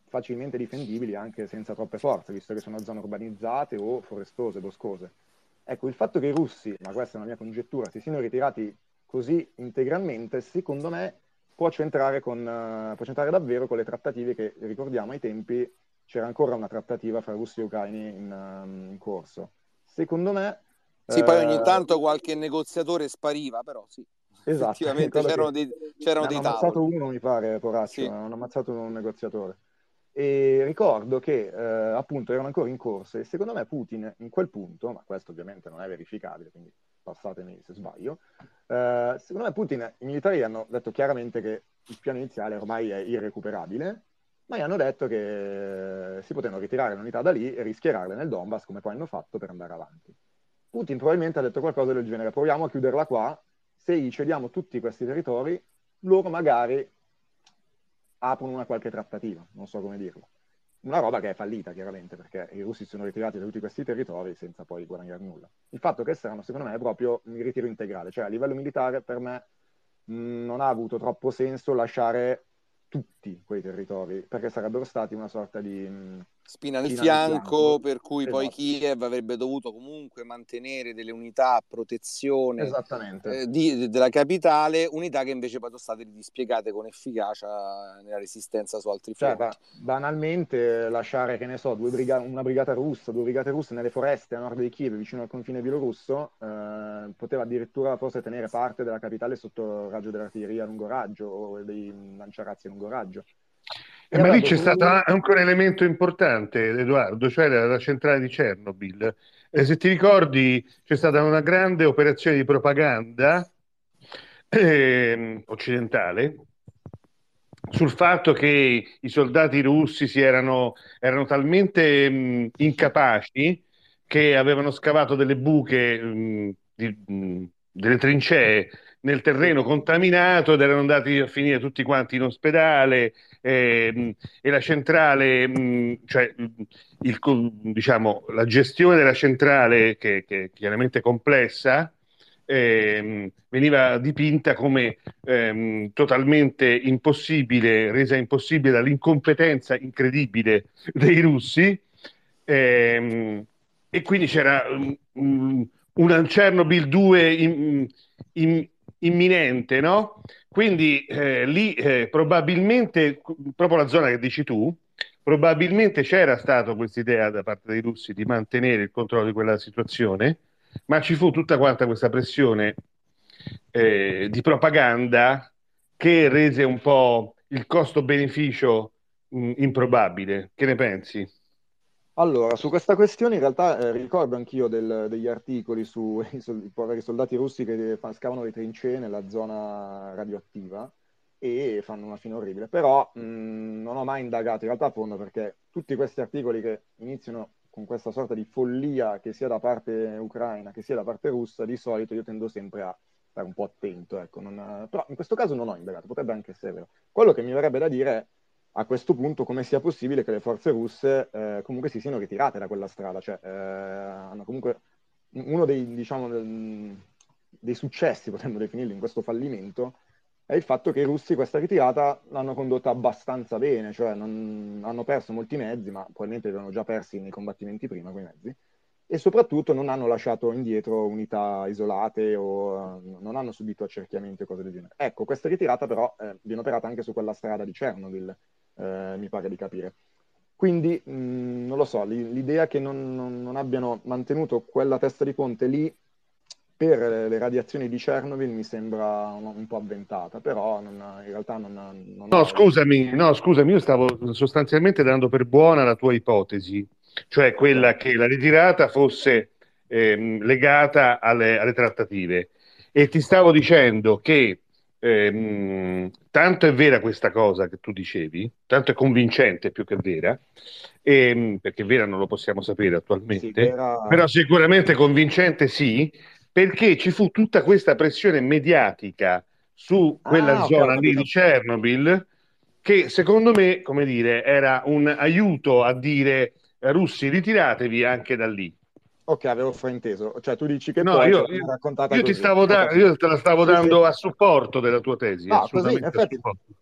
facilmente difendibili anche senza troppe forze, visto che sono zone urbanizzate o forestose, boscose. Ecco, il fatto che i russi, ma questa è una mia congettura, si siano ritirati così integralmente, secondo me può centrare davvero con le trattative che, ricordiamo, ai tempi c'era ancora una trattativa fra russi e ucraini in corso. Secondo me... Sì, poi ogni tanto qualche negoziatore spariva, però sì, esatto, effettivamente c'erano dei hanno ammazzato tavoli. uno, mi pare, poraccio, Sì. hanno ammazzato un negoziatore. E ricordo che appunto erano ancora in corsa e secondo me Putin in quel punto, ma questo ovviamente non è verificabile, quindi passatemi se sbaglio, secondo me Putin, i militari hanno detto chiaramente che il piano iniziale ormai è irrecuperabile, ma gli hanno detto che si potevano ritirare le unità da lì e rischierarle nel Donbass come poi hanno fatto per andare avanti. Putin probabilmente ha detto qualcosa del genere, proviamo a chiuderla qua, se gli cediamo tutti questi territori, loro magari aprono una qualche trattativa, non so come dirlo. Una roba che è fallita, chiaramente, perché i russi si sono ritirati da tutti questi territori senza poi guadagnare nulla. Il fatto che saranno, secondo me, è proprio un ritiro integrale. Cioè, a livello militare, per me, non ha avuto troppo senso lasciare tutti quei territori, perché sarebbero stati una sorta di spina nel fianco, per cui poi esatto. Kiev avrebbe dovuto comunque mantenere delle unità a protezione Esattamente. della capitale, unità che invece poi sono state dispiegate con efficacia nella resistenza su altri Cioè, fronti. banalmente lasciare, che ne so, una brigata russa, due brigate russe nelle foreste a nord di Kiev, vicino al confine bielorusso, poteva addirittura forse tenere parte della capitale sotto raggio dell'artiglieria a lungo raggio o dei lanciarazzi a lungo raggio. Ma lì c'è stato anche un elemento importante, Edoardo, cioè la centrale di Chernobyl. Se ti ricordi, c'è stata una grande operazione di propaganda occidentale sul fatto che i soldati russi erano talmente incapaci che avevano scavato delle buche, delle trincee nel terreno contaminato ed erano andati a finire tutti quanti in ospedale, e la centrale, cioè diciamo, la gestione della centrale, che è chiaramente complessa, veniva dipinta come totalmente impossibile, resa impossibile dall'incompetenza incredibile dei russi, e quindi c'era un Chernobyl 2 imminente, no? Quindi lì probabilmente, proprio la zona che dici tu, probabilmente c'era stata questa idea da parte dei russi di mantenere il controllo di quella situazione, ma ci fu tutta quanta questa pressione di propaganda che rese un po' il costo-beneficio improbabile. Che ne pensi? Allora, su questa questione in realtà ricordo anch'io degli articoli sui i poveri soldati russi che scavano le trincee nella zona radioattiva e fanno una fine orribile, però non ho mai indagato in realtà a fondo perché tutti questi articoli che iniziano con questa sorta di follia che sia da parte ucraina che sia da parte russa, di solito io tendo sempre a stare un po' attento, ecco, però in questo caso non ho indagato, potrebbe anche essere vero. Quello che mi verrebbe da dire è a questo punto come sia possibile che le forze russe comunque si siano ritirate da quella strada, cioè hanno comunque uno dei, diciamo, dei successi, potremmo definirli, in questo fallimento, è il fatto che i russi questa ritirata l'hanno condotta abbastanza bene, cioè non, hanno perso molti mezzi, ma probabilmente li avevano già persi nei combattimenti prima, quei mezzi, e soprattutto non hanno lasciato indietro unità isolate o non hanno subito accerchiamenti o cose del genere. Ecco, questa ritirata però viene operata anche su quella strada di Chernobyl, mi pare di capire. Quindi, non lo so, l'idea che non abbiano mantenuto quella testa di ponte lì per le radiazioni di Chernobyl mi sembra un po' avventata, però in realtà non No, ho... scusami, no, scusami, io stavo sostanzialmente dando per buona la tua ipotesi, cioè Ok. quella che la ritirata fosse legata alle trattative. E ti stavo dicendo che tanto è vera questa cosa che tu dicevi, tanto è convincente più che vera, perché vera non lo possiamo sapere Sì, attualmente, era... però sicuramente convincente sì, perché ci fu tutta questa pressione mediatica su quella Ah, ok, ho zona lì di capito. Chernobyl, che secondo me, come dire, era un aiuto a dire russi, ritiratevi anche da lì. Ok, avevo frainteso. Cioè, tu dici che No, poi ce l'hanno raccontata io così. Ho capito. io te la stavo Sì, sì. dando a supporto della tua tesi, No, così, in assolutamente a effetti, supporto.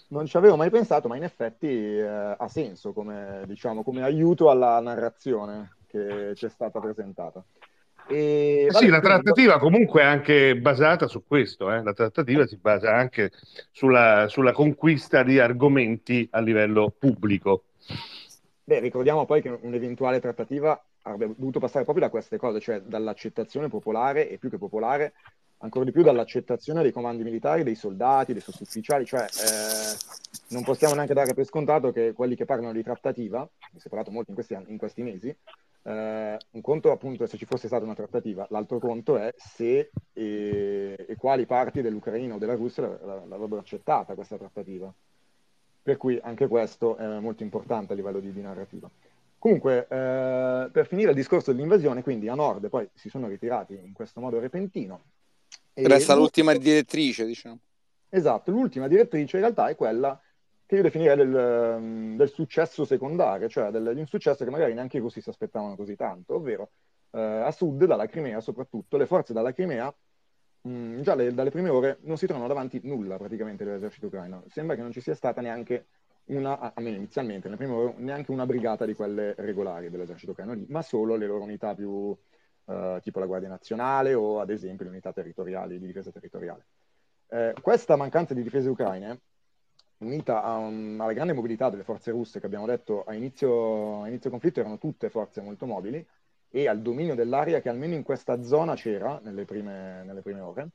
Non ci avevo mai pensato, ma in effetti ha senso come, diciamo, come aiuto alla narrazione che ci è stata presentata. E Sì, vabbè, la quindi trattativa comunque è anche basata su questo, eh. La trattativa si basa anche sulla conquista di argomenti a livello pubblico. beh, ricordiamo poi che un'eventuale trattativa avrebbe dovuto passare proprio da queste cose, cioè dall'accettazione popolare e più che popolare, ancora di più dall'accettazione dei comandi militari, dei soldati, dei sottufficiali, cioè non possiamo neanche dare per scontato che quelli che parlano di trattativa, ne si è parlato molto in questi mesi, un conto appunto è se ci fosse stata una trattativa, l'altro conto è se e quali parti dell'Ucraina o della Russia l'avrebbero accettata questa trattativa. Per cui anche questo è molto importante a livello di narrativa. Comunque, per finire il discorso dell'invasione, quindi a nord poi si sono ritirati in questo modo repentino. E Resta l'ultima direttrice, diciamo. esatto, l'ultima direttrice in realtà è quella che io definirei del successo secondario, cioè di un successo che magari neanche i russi si aspettavano così tanto, ovvero a sud, dalla Crimea soprattutto, le forze dalla Crimea già dalle prime ore non si trovano davanti nulla praticamente dell'esercito ucraino. Sembra che non ci sia stata neanche almeno inizialmente, nelle prime ore, neanche una brigata di quelle regolari dell'esercito ucraino lì, ma solo le loro unità più tipo la Guardia Nazionale o ad esempio le unità territoriali di difesa territoriale. Questa mancanza di difese ucraine, unita alla grande mobilità delle forze russe che abbiamo detto a inizio conflitto, erano tutte forze molto mobili, e al dominio dell'aria che almeno in questa zona c'era nelle prime ore,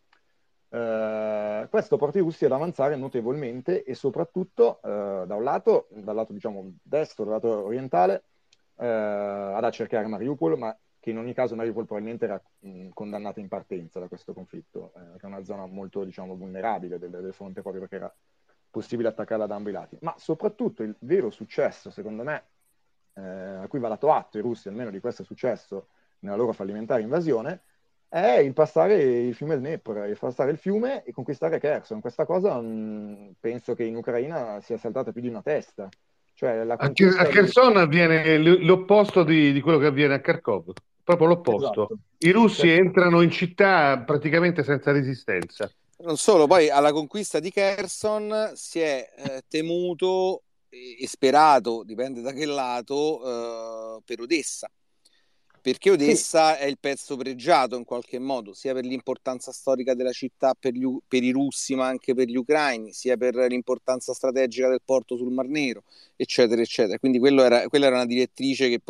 questo porta i russi ad avanzare notevolmente e soprattutto dal lato diciamo destro, dal lato orientale, ad cercare Mariupol, ma che in ogni caso Mariupol probabilmente era condannata in partenza da questo conflitto, che è una zona molto diciamo vulnerabile del fronte proprio perché era possibile attaccarla da ambo i lati. Ma soprattutto il vero successo, secondo me, a cui va dato atto ai russi, almeno di questo successo nella loro fallimentare invasione, è il passare il fiume Dnepr, il passare il fiume e conquistare Kherson. Questa cosa penso che in Ucraina sia saltata più di una testa. Cioè la A conquista di... Kherson avviene l'opposto di quello che avviene a Kharkov, proprio l'opposto. Esatto. I russi Cioè, entrano in città praticamente senza resistenza. Non solo, poi alla conquista di Kherson si è temuto e sperato, dipende da che lato, per Odessa, perché sì, Odessa è il pezzo pregiato in qualche modo, sia per l'importanza storica della città per i russi, ma anche per gli ucraini, sia per l'importanza strategica del porto sul Mar Nero, eccetera, eccetera. Quindi quella era una direttrice che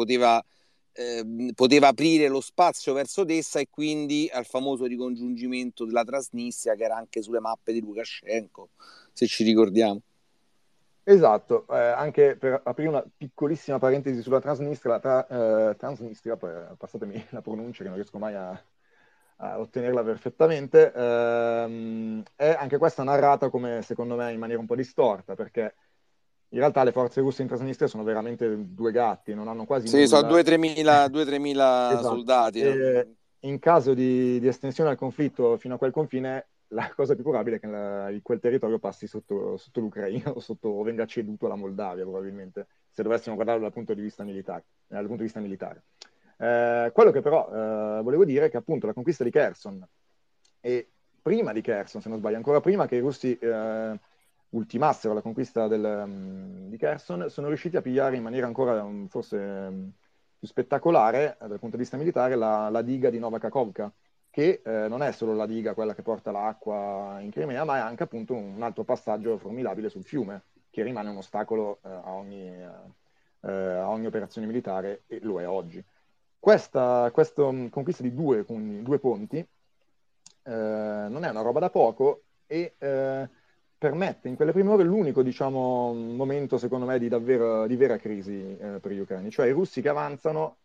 poteva aprire lo spazio verso Odessa e quindi al famoso ricongiungimento della Transnistria che era anche sulle mappe di Lukashenko, se ci ricordiamo. esatto, anche per aprire una piccolissima parentesi sulla Transnistria, Transnistria, passatemi la pronuncia che non riesco mai a ottenerla perfettamente, è anche questa narrata come secondo me in maniera un po' distorta, perché in realtà le forze russe in Transnistria sono veramente due gatti, non hanno quasi Sì, so nulla. 2-3 mila Esatto. soldati. E in caso di estensione del conflitto fino a quel confine, la cosa più probabile è che quel territorio passi sotto l'Ucraina o venga ceduto alla Moldavia, probabilmente, se dovessimo guardarlo dal punto di vista militare. Quello che però volevo dire è che appunto la conquista di Kherson e prima di Kherson, se non sbaglio, ancora prima che i russi ultimassero la conquista di Kherson, sono riusciti a pigliare in maniera ancora forse più spettacolare dal punto di vista militare la diga di Nova Kakhovka, che non è solo la diga quella che porta l'acqua in Crimea, ma è anche appunto un altro passaggio formidabile sul fiume, che rimane un ostacolo a ogni operazione militare e lo è oggi. Questa conquista di due ponti non è una roba da poco e permette in quelle prime ore l'unico, diciamo, momento, secondo me, di vera crisi per gli ucraini, cioè i russi che avanzano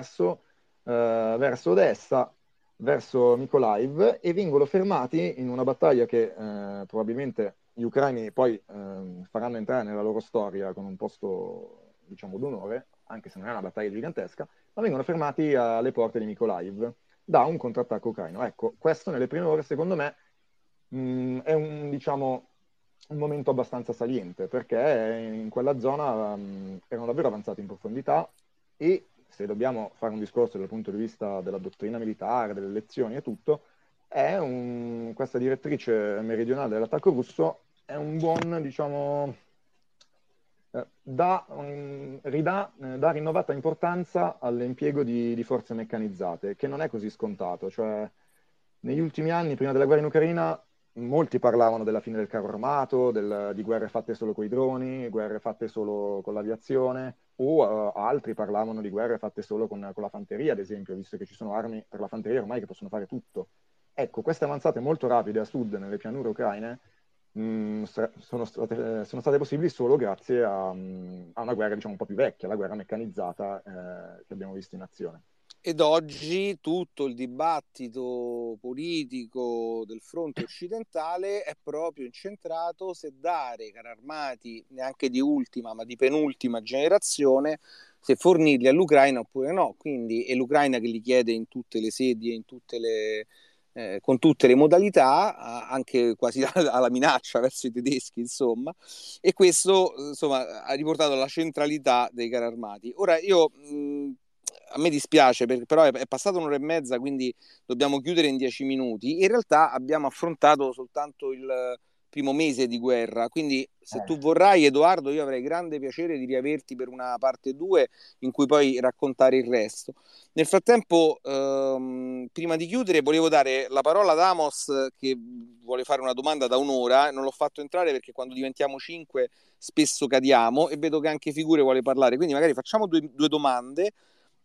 verso Odessa, verso Mykolaiv e vengono fermati in una battaglia che probabilmente gli ucraini poi faranno entrare nella loro storia con un posto, diciamo, d'onore, anche se non è una battaglia gigantesca, ma vengono fermati alle porte di Mykolaiv da un contrattacco ucraino. Ecco, questo nelle prime ore, secondo me, è diciamo, un momento abbastanza saliente, perché in quella zona erano davvero avanzati in profondità e se dobbiamo fare un discorso dal punto di vista della dottrina militare, delle lezioni e tutto, questa direttrice meridionale dell'attacco russo è un buon, diciamo, dà rinnovata importanza all'impiego di forze meccanizzate, che non è così scontato. Cioè, negli ultimi anni, prima della guerra in Ucraina, molti parlavano della fine del carro armato, di guerre fatte solo con i droni, guerre fatte solo con l'aviazione, o altri parlavano di guerre fatte solo con la fanteria, ad esempio, visto che ci sono armi per la fanteria ormai che possono fare tutto. Ecco, queste avanzate molto rapide a sud, nelle pianure ucraine, sono state possibili solo grazie a una guerra, diciamo, un po' più vecchia, la guerra meccanizzata che abbiamo visto in azione. Ed oggi tutto il dibattito politico del fronte occidentale è proprio incentrato se dare carri armati neanche di ultima ma di penultima generazione, se fornirli all'Ucraina oppure no. Quindi è l'Ucraina che li chiede in tutte le sedi e con tutte le modalità, anche quasi alla minaccia verso i tedeschi, insomma, e questo insomma ha riportato alla centralità dei carri armati. Ora a me dispiace, però è passata un'ora e mezza, quindi dobbiamo chiudere in 10 minuti. In realtà abbiamo affrontato soltanto il primo mese di guerra, quindi se tu vorrai, Edoardo, io avrei grande piacere di riaverti per una parte 2 in cui poi raccontare il resto. Nel frattempo, prima di chiudere, volevo dare la parola ad Amos, che vuole fare una domanda da un'ora. Non l'ho fatto entrare perché quando diventiamo 5 spesso cadiamo, e vedo che anche Figure vuole parlare, quindi magari facciamo due domande.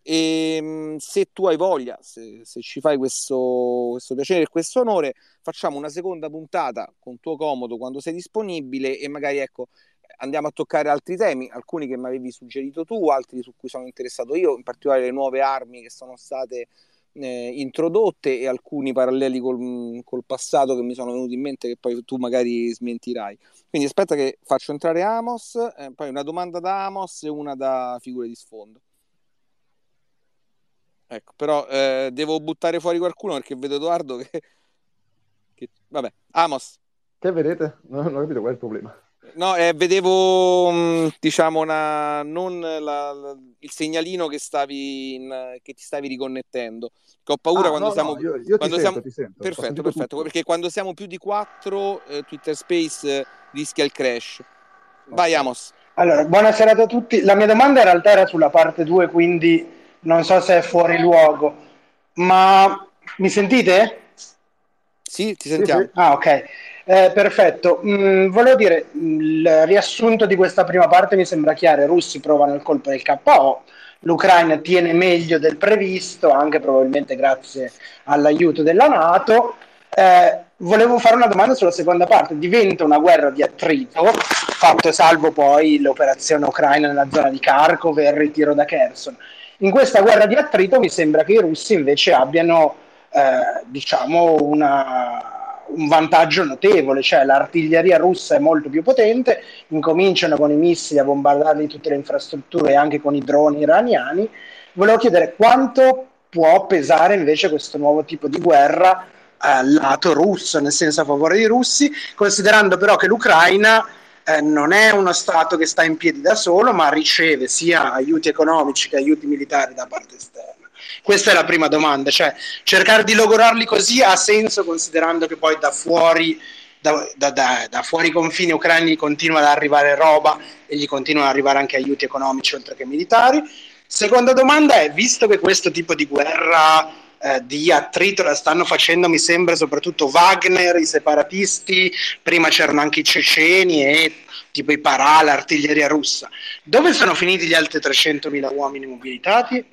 E se tu hai voglia, se ci fai questo piacere e questo onore, facciamo una seconda puntata con tuo comodo quando sei disponibile, e magari andiamo a toccare altri temi, alcuni che mi avevi suggerito tu, altri su cui sono interessato io, in particolare le nuove armi che sono state introdotte, e alcuni paralleli col passato che mi sono venuti in mente, che poi tu magari smentirai. Quindi aspetta che faccio entrare Amos, poi una domanda da Amos e una da Figure di Sfondo. Ecco, però devo buttare fuori qualcuno perché vedo Edoardo che... Vabbè, Amos. Che vedete? Non ho capito qual è il problema. No, vedevo, diciamo, il segnalino che che ti stavi riconnettendo. Che ho paura quando siamo... Io ti sento. Perfetto, perché quando siamo più di 4, Twitter Space rischia il crash. Vai, Amos. Allora, buonasera a tutti. La mia domanda in realtà era sulla parte 2, quindi non so se è fuori luogo, ma mi sentite? Sì, ti sentiamo. Sì. Ah, ok. Perfetto. Volevo dire, il riassunto di questa prima parte mi sembra chiaro. I russi provano il colpo del KO, l'Ucraina tiene meglio del previsto, anche probabilmente grazie all'aiuto della NATO. Volevo fare una domanda sulla seconda parte. Diventa una guerra di attrito, fatto salvo poi l'operazione ucraina nella zona di Kharkov e il ritiro da Kherson. In questa guerra di attrito mi sembra che i russi invece abbiano diciamo un vantaggio notevole, cioè l'artiglieria russa è molto più potente, incominciano con i missili a bombardare tutte le infrastrutture e anche con i droni iraniani. Volevo chiedere quanto può pesare invece questo nuovo tipo di guerra al lato russo, nel senso a favore dei russi, considerando però che l'Ucraina non è uno stato che sta in piedi da solo, ma riceve sia aiuti economici che aiuti militari da parte esterna. Questa è la prima domanda, cioè cercare di logorarli così ha senso, considerando che poi da fuori i confini ucraini continua ad arrivare roba e gli continuano ad arrivare anche aiuti economici oltre che militari. Seconda domanda è, visto che questo tipo di guerra di attrito la stanno facendo, mi sembra, soprattutto Wagner, i separatisti, prima c'erano anche i ceceni e tipo i Parà, l'artiglieria russa, dove sono finiti gli altri 300.000 uomini mobilitati?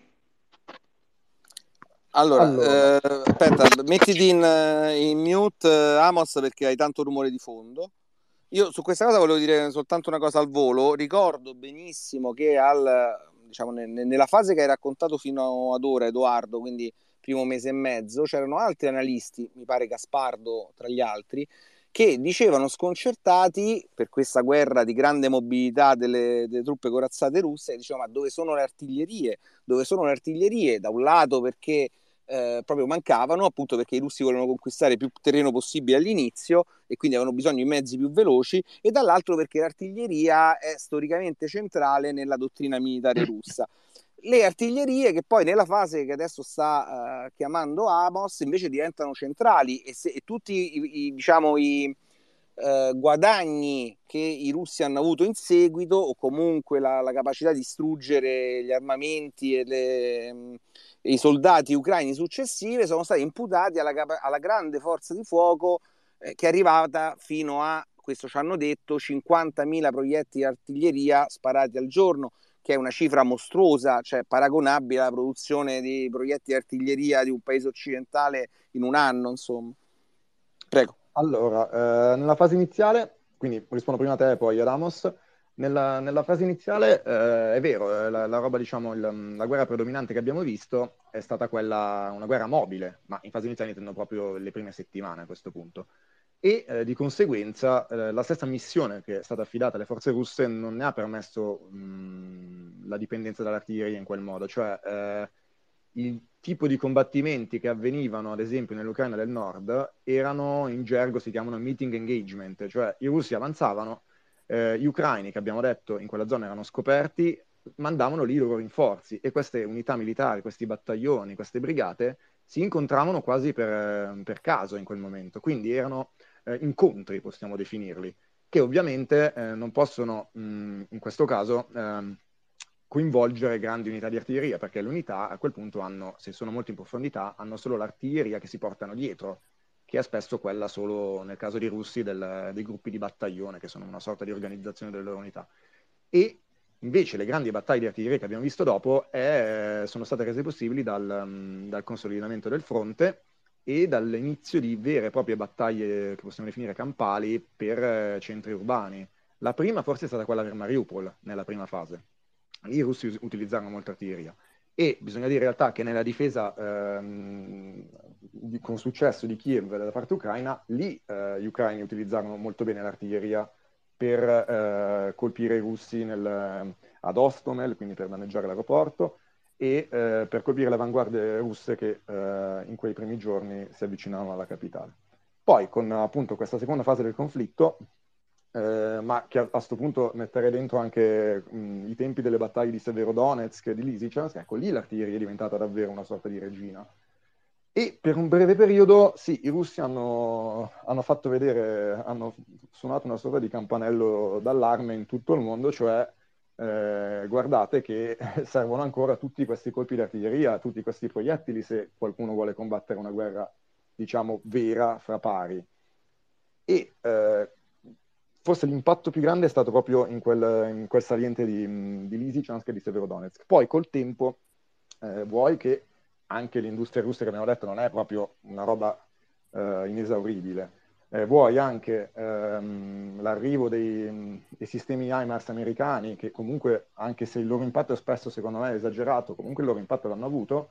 Allora. Aspetta, mettiti in mute, Amos, perché hai tanto rumore di fondo. Io su questa cosa volevo dire soltanto una cosa al volo. Ricordo benissimo che diciamo, nella fase che hai raccontato fino ad ora, Edoardo, quindi primo mese e mezzo, c'erano altri analisti, mi pare Gaspardo tra gli altri, che dicevano sconcertati per questa guerra di grande mobilità delle truppe corazzate russe, dicevano: ma dove sono le artiglierie? Dove sono le artiglierie? Da un lato perché proprio mancavano, appunto perché i russi volevano conquistare più terreno possibile all'inizio e quindi avevano bisogno di mezzi più veloci, e dall'altro perché l'artiglieria è storicamente centrale nella dottrina militare russa. Le artiglierie, che poi nella fase che adesso sta chiamando Amos, invece diventano centrali, e tutti diciamo guadagni che i russi hanno avuto in seguito, o comunque la capacità di distruggere gli armamenti e i soldati ucraini successivi, sono stati imputati alla grande forza di fuoco che è arrivata fino a, questo ci hanno detto, 50.000 proiettili di artiglieria sparati al giorno, che è una cifra mostruosa, cioè paragonabile alla produzione di proiettili di artiglieria di un paese occidentale in un anno, insomma. Prego. Allora, nella fase iniziale, quindi rispondo prima a te e poi ad Amos, nella fase iniziale è vero, la roba, diciamo, la guerra predominante che abbiamo visto è stata quella, una guerra mobile, ma in fase iniziale intendo proprio le prime settimane a questo punto. E di conseguenza la stessa missione che è stata affidata alle forze russe non ne ha permesso la dipendenza dall'artiglieria in quel modo, cioè il tipo di combattimenti che avvenivano ad esempio nell'Ucraina del Nord erano, in gergo si chiamano meeting engagement, cioè i russi avanzavano, gli ucraini che abbiamo detto in quella zona erano scoperti, mandavano lì i loro rinforzi e queste unità militari, questi battaglioni, queste brigate si incontravano quasi per caso in quel momento, quindi erano incontri, possiamo definirli, che ovviamente non possono in questo caso coinvolgere grandi unità di artiglieria, perché le unità a quel punto hanno, se sono molto in profondità, hanno solo l'artiglieria che si portano dietro, che è spesso quella solo, nel caso dei russi, dei gruppi di battaglione, che sono una sorta di organizzazione delle loro unità. E invece le grandi battaglie di artiglieria che abbiamo visto dopo sono state rese possibili dal consolidamento del fronte e dall'inizio di vere e proprie battaglie che possiamo definire campali per centri urbani. La prima forse è stata quella per Mariupol, nella prima fase. I russi utilizzarono molta artiglieria. E bisogna dire in realtà che nella difesa con successo di Kiev da parte ucraina, lì gli ucraini utilizzarono molto bene l'artiglieria per colpire i russi ad Ostomel, quindi per danneggiare l'aeroporto, e per colpire le avanguardie russe che in quei primi giorni si avvicinavano alla capitale. Poi con appunto questa seconda fase del conflitto, ma che a questo punto metterei dentro anche i tempi delle battaglie di Severodonetsk e di Lysychansk, ecco lì l'artiglieria è diventata davvero una sorta di regina. E per un breve periodo, sì, i russi hanno fatto vedere, hanno suonato una sorta di campanello d'allarme in tutto il mondo, cioè guardate che servono ancora tutti questi colpi di artiglieria, tutti questi proiettili se qualcuno vuole combattere una guerra, diciamo, vera fra pari. E forse l'impatto più grande è stato proprio in quel saliente di Lysychansk e di Severodonetsk. Poi col tempo vuoi che anche l'industria russa, che abbiamo detto, non è proprio una roba inesauribile. Vuoi anche l'arrivo dei sistemi HIMARS americani, che comunque, anche se il loro impatto spesso secondo me è esagerato, comunque il loro impatto l'hanno avuto,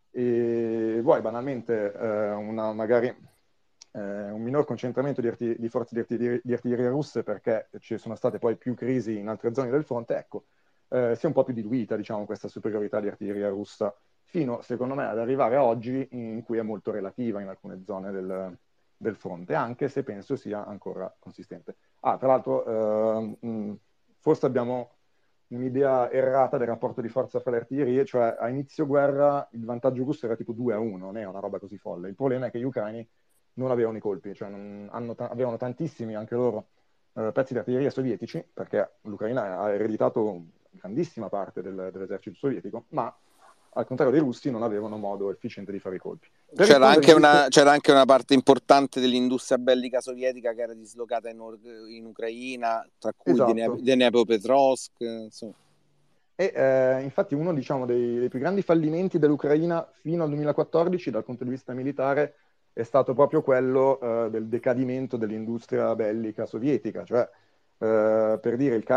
e vuoi banalmente magari un minor concentramento di forze di artiglieria russe, perché ci sono state poi più crisi in altre zone del fronte, ecco, si è un po' più diluita, diciamo, questa superiorità di artiglieria russa, fino, secondo me, ad arrivare a oggi in cui è molto relativa in alcune zone del fronte, anche se penso sia ancora consistente. Tra l'altro, forse abbiamo un'idea errata del rapporto di forza fra le artiglierie, cioè a inizio guerra il vantaggio russo era tipo 2-1, non è una roba così folle. Il problema è che gli ucraini non avevano i colpi, cioè avevano tantissimi anche loro pezzi di artiglieria sovietici, perché l'Ucraina ha ereditato grandissima parte dell'esercito sovietico, ma al contrario dei russi non avevano modo efficiente di fare i colpi. C'era anche una parte importante dell'industria bellica sovietica che era dislocata in Ucraina, tra cui esatto. Dnepropetrovsk, insomma. E infatti uno, diciamo, dei più grandi fallimenti dell'Ucraina fino al 2014 dal punto di vista militare è stato proprio quello del decadimento dell'industria bellica sovietica, cioè per dire i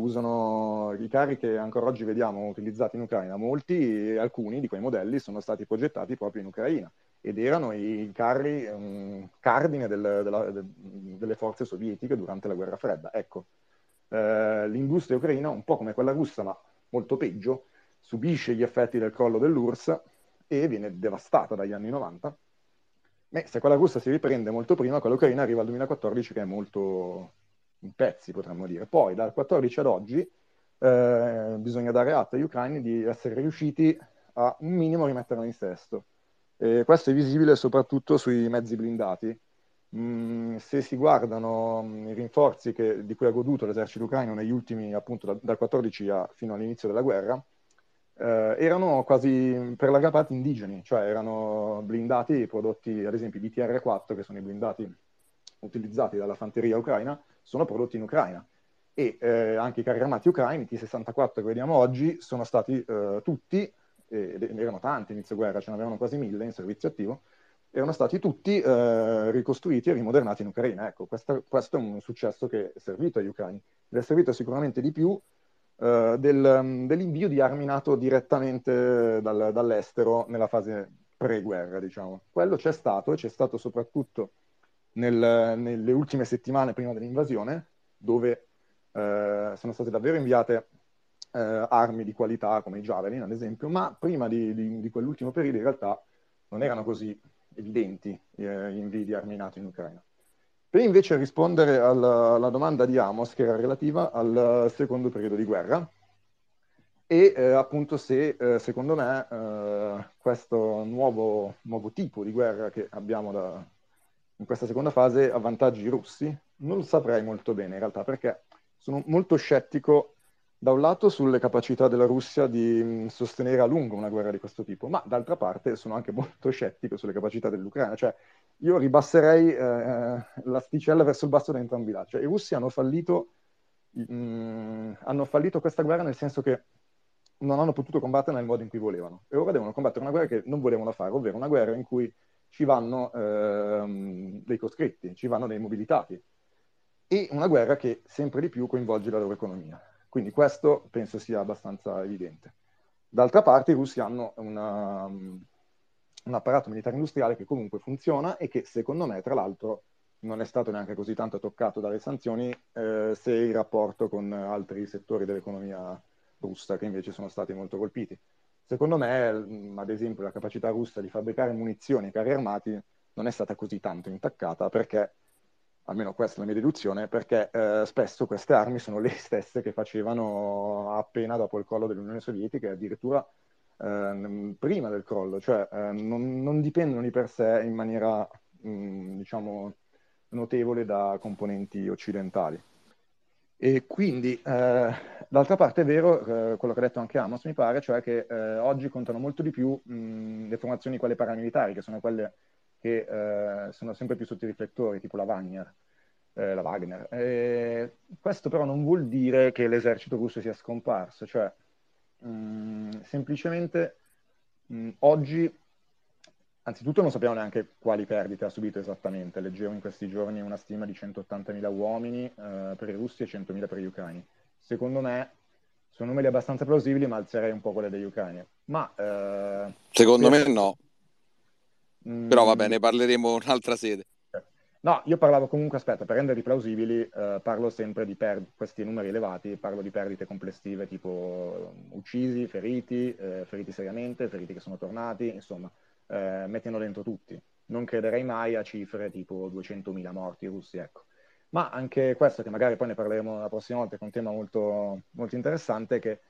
carri che ancora oggi vediamo utilizzati in Ucraina, alcuni di quei modelli sono stati progettati proprio in Ucraina ed erano i carri cardine delle forze sovietiche durante la guerra fredda. Ecco, l'industria ucraina, un po' come quella russa, ma molto peggio, subisce gli effetti del crollo dell'URSS e viene devastata dagli anni 90. Se quella russa si riprende molto prima, quella ucraina arriva al 2014 che è molto in pezzi, potremmo dire. Poi dal 14 ad oggi bisogna dare atto agli ucraini di essere riusciti a un minimo rimetterla in sesto. Questo è visibile soprattutto sui mezzi blindati, Se si guardano i rinforzi di cui ha goduto l'esercito ucraino negli ultimi, appunto, dal 14 fino all'inizio della guerra, erano quasi per larga parte indigeni, cioè erano blindati prodotti, ad esempio i BTR-4, che sono i blindati utilizzati dalla fanteria ucraina, sono prodotti in Ucraina. E anche i carri armati ucraini, T-64 che vediamo oggi, sono stati tutti, ed erano tanti inizio guerra, ce ne avevano quasi 1000 in servizio attivo, erano stati tutti ricostruiti e rimodernati in Ucraina. Ecco, questo è un successo che è servito agli ucraini. Ed è servito sicuramente di più dell'invio di armi NATO direttamente dall'estero nella fase pre-guerra, diciamo. Quello c'è stato, e c'è stato soprattutto nelle ultime settimane prima dell'invasione, dove sono state davvero inviate armi di qualità come i Javelin, ad esempio, ma prima di quell'ultimo periodo in realtà non erano così evidenti gli invii di armi NATO in Ucraina. Per invece rispondere alla domanda di Amos, che era relativa al secondo periodo di guerra, e appunto se secondo me questo nuovo tipo di guerra che abbiamo in questa seconda fase avvantaggi i russi, non lo saprei molto bene in realtà, perché sono molto scettico da un lato sulle capacità della Russia di sostenere a lungo una guerra di questo tipo, ma d'altra parte sono anche molto scettico sulle capacità dell'Ucraina. Cioè, io ribasserei l'asticella verso il basso da entrambi i lati. Cioè, i russi hanno fallito questa guerra nel senso che non hanno potuto combattere nel modo in cui volevano. E ora devono combattere una guerra che non volevano fare, ovvero una guerra in cui ci vanno dei coscritti, ci vanno dei mobilitati. E una guerra che sempre di più coinvolge la loro economia. Quindi questo penso sia abbastanza evidente. D'altra parte i russi hanno un apparato militare industriale che comunque funziona e che secondo me, tra l'altro, non è stato neanche così tanto toccato dalle sanzioni se in rapporto con altri settori dell'economia russa che invece sono stati molto colpiti. Secondo me, ad esempio, la capacità russa di fabbricare munizioni e carri armati non è stata così tanto intaccata perché, almeno questa è la mia deduzione, perché spesso queste armi sono le stesse che facevano appena dopo il crollo dell'Unione Sovietica e addirittura prima del crollo, cioè non dipendono di per sé in maniera, diciamo, notevole da componenti occidentali. E quindi, d'altra parte è vero, quello che ha detto anche Amos, mi pare, cioè che oggi contano molto di più le formazioni quelle paramilitari, che sono quelle che sono sempre più sotto i riflettori, tipo la Wagner. Questo però non vuol dire che l'esercito russo sia scomparso, cioè semplicemente oggi, anzitutto non sappiamo neanche quali perdite ha subito esattamente. Leggevo in questi giorni una stima di 180.000 uomini per i russi e 100.000 per gli ucraini. Secondo me sono numeri abbastanza plausibili, ma alzerei un po' quelle degli ucraini. Ma secondo me no. Però vabbè, ne parleremo un'altra sede. No, io parlavo comunque, aspetta, per renderli plausibili, parlo sempre di questi numeri elevati, parlo di perdite complessive tipo uccisi, feriti seriamente, feriti che sono tornati, insomma, mettendo dentro tutti. Non crederei mai a cifre tipo 200.000 morti russi, ecco. Ma anche questo, che magari poi ne parleremo la prossima volta, che è un tema molto, molto interessante, è che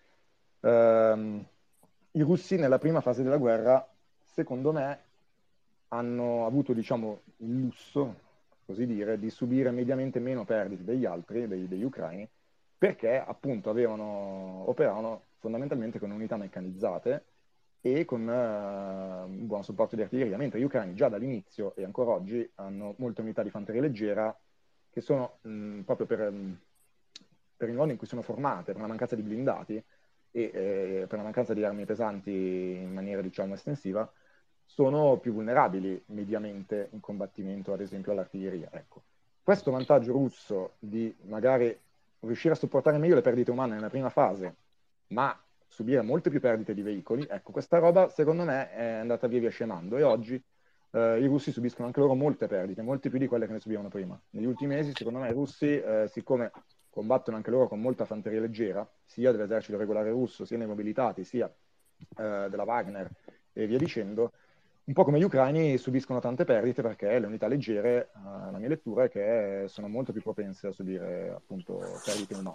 i russi nella prima fase della guerra, secondo me, hanno avuto, diciamo, il lusso, così dire, di subire mediamente meno perdite degli altri, degli ucraini, perché appunto operavano fondamentalmente con unità meccanizzate e con un buon supporto di artiglieria, mentre gli ucraini già dall'inizio e ancora oggi hanno molte unità di fanteria leggera che sono proprio per il modo in cui sono formate, per una mancanza di blindati e per una mancanza di armi pesanti in maniera, diciamo, estensiva, sono più vulnerabili mediamente in combattimento, ad esempio, all'artiglieria. Ecco. Questo vantaggio russo di magari riuscire a sopportare meglio le perdite umane nella prima fase, ma subire molte più perdite di veicoli, ecco, questa roba secondo me è andata via scemando e oggi i russi subiscono anche loro molte perdite, molte più di quelle che ne subivano prima. Negli ultimi mesi, secondo me, i russi, siccome combattono anche loro con molta fanteria leggera, sia dell'esercito regolare russo, sia nei mobilitati, sia della Wagner e via dicendo, un po' come gli ucraini subiscono tante perdite perché le unità leggere, la mia lettura è che sono molto più propense a subire appunto perdite umane.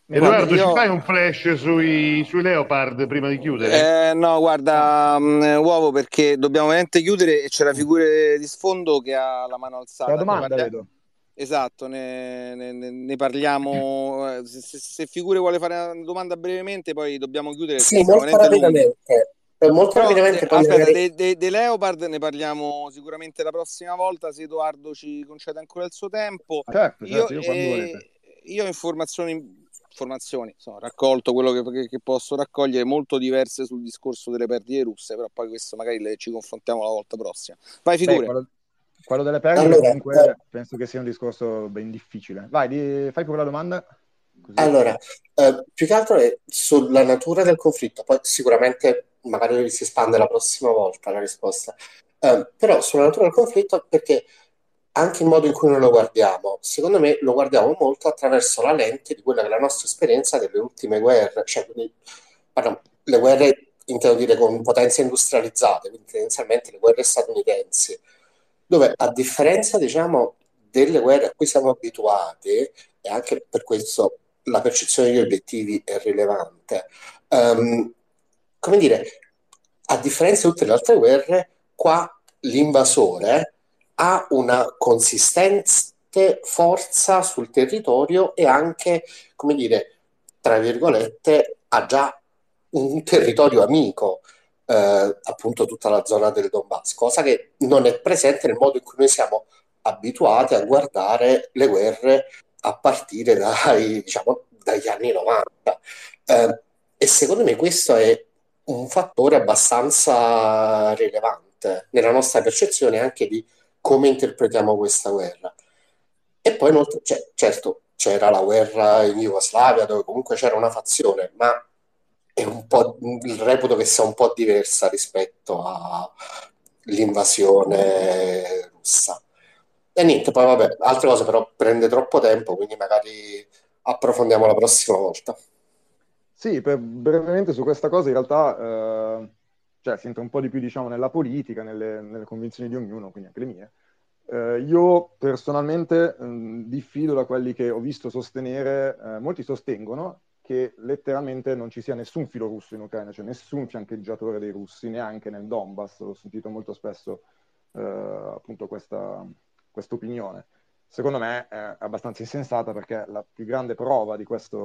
Edoardo, ci fai io... un flash sui Leopard prima di chiudere? No, guarda, uovo, perché dobbiamo veramente chiudere e c'è la Mm. figura di sfondo che ha la mano C'è la alzata. domanda, vedo. Esatto, ne parliamo. Se Figure vuole fare una domanda brevemente, poi dobbiamo chiudere perché Sì, siamo molto veramente lunghi. rapidamente. Molto Però rapidamente, poi aspetta, magari... dei Leopard ne parliamo sicuramente la prossima volta, se Edoardo ci concede ancora il suo tempo. Certo, Io, io quando volete. io informazioni, insomma, raccolto quello che posso raccogliere, molto diverse sul discorso delle perdite russe, però poi questo magari ci confrontiamo la volta prossima. Vai, Beh, Figure. quello delle perdite Allora, comunque penso che sia un discorso ben difficile. Vai, fai pure la domanda. Così. allora, più che altro è sulla natura del conflitto, poi sicuramente magari si espande la prossima volta la risposta. Però sulla natura del conflitto, perché anche il modo in cui noi lo guardiamo, secondo me lo guardiamo molto attraverso la lente di quella che è la nostra esperienza delle ultime guerre, cioè quindi, pardon, le guerre intendo dire con potenze industrializzate, quindi tendenzialmente le guerre statunitensi, dove a differenza, diciamo, delle guerre a cui siamo abituati, e anche per questo la percezione degli obiettivi è rilevante, come dire, a differenza di tutte le altre guerre, qua l'invasore ha una consistente forza sul territorio e anche, come dire, tra virgolette, ha già un territorio amico, appunto tutta la zona del Donbass, cosa che non è presente nel modo in cui noi siamo abituati a guardare le guerre a partire diciamo, dagli anni 90. E secondo me questo è un fattore abbastanza rilevante nella nostra percezione anche di come interpretiamo questa guerra. E poi inoltre, certo, c'era la guerra in Jugoslavia dove comunque c'era una fazione, ma è un po', reputo che sia un po' diversa rispetto all'invasione russa. E niente, poi vabbè, altre cose però prende troppo tempo, quindi magari approfondiamo la prossima volta. Sì, brevemente su questa cosa in realtà cioè, si entra un po' di più diciamo, nella politica, nelle convinzioni di ognuno, quindi anche le mie. Io personalmente diffido da quelli che ho visto sostenere, molti sostengono che letteralmente non ci sia nessun filo russo in Ucraina, cioè nessun fiancheggiatore dei russi, neanche nel Donbass. Ho sentito molto spesso appunto questa opinione. Secondo me è abbastanza insensata perché la più grande prova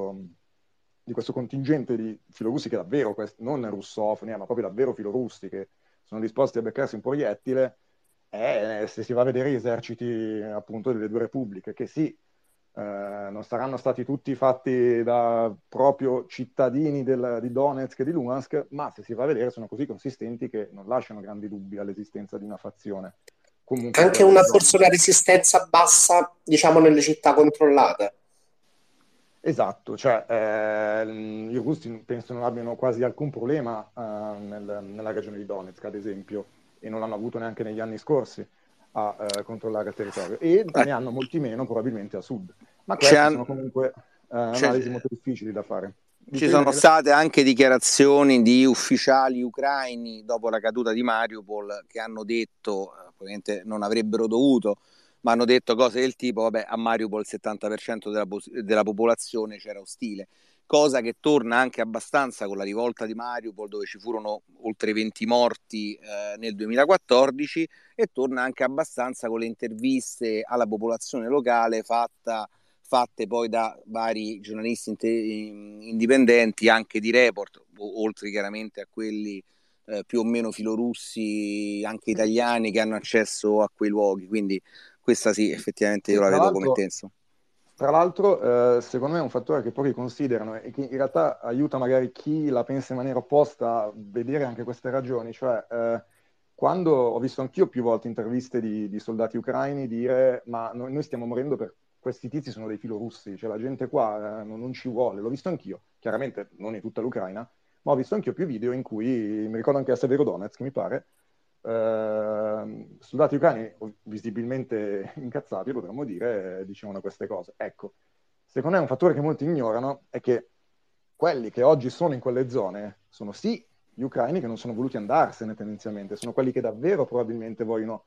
di questo contingente di filorussi che davvero, non russofoni, ma proprio davvero filorussi che sono disposti a beccarsi un proiettile, se si va a vedere gli eserciti appunto delle due repubbliche, che sì, non saranno stati tutti fatti da proprio cittadini di Donetsk e di Luhansk, ma se si va a vedere sono così consistenti che non lasciano grandi dubbi all'esistenza di una fazione. Comunque in Anche quelle zone. forse una resistenza bassa, diciamo, nelle città controllate. Esatto, cioè i russi penso non abbiano quasi alcun problema nella regione di Donetsk, ad esempio, e non l'hanno avuto neanche negli anni scorsi a controllare il territorio, e ne hanno molti meno probabilmente a sud. Ma queste sono comunque analisi molto difficili da fare. Ci sono state anche dichiarazioni di ufficiali ucraini dopo la caduta di Mariupol che hanno detto, ovviamente non avrebbero dovuto, ma hanno detto cose del tipo, vabbè, a Mariupol il 70% della popolazione c'era ostile, cosa che torna anche abbastanza con la rivolta di Mariupol dove ci furono oltre 20 morti nel 2014 e torna anche abbastanza con le interviste alla popolazione locale fatte poi da vari giornalisti indipendenti, anche di report, oltre chiaramente a quelli più o meno filorussi, anche italiani, che hanno accesso a quei luoghi. Quindi questa sì, effettivamente io la vedo come tenso. Tra l'altro, secondo me è un fattore che pochi considerano e che in realtà aiuta magari chi la pensa in maniera opposta a vedere anche queste ragioni. Cioè, quando ho visto anch'io più volte interviste di soldati ucraini dire ma noi stiamo morendo per questi tizi sono dei filorussi, cioè la gente qua non ci vuole. L'ho visto anch'io, chiaramente non in tutta l'Ucraina, ma ho visto anch'io più video in cui, mi ricordo anche a Severodonetsk, mi pare, soldati ucraini visibilmente incazzati, potremmo dire, dicevano queste cose. Ecco, secondo me un fattore che molti ignorano è che quelli che oggi sono in quelle zone sono sì gli ucraini che non sono voluti andarsene tendenzialmente, sono quelli che davvero probabilmente vogliono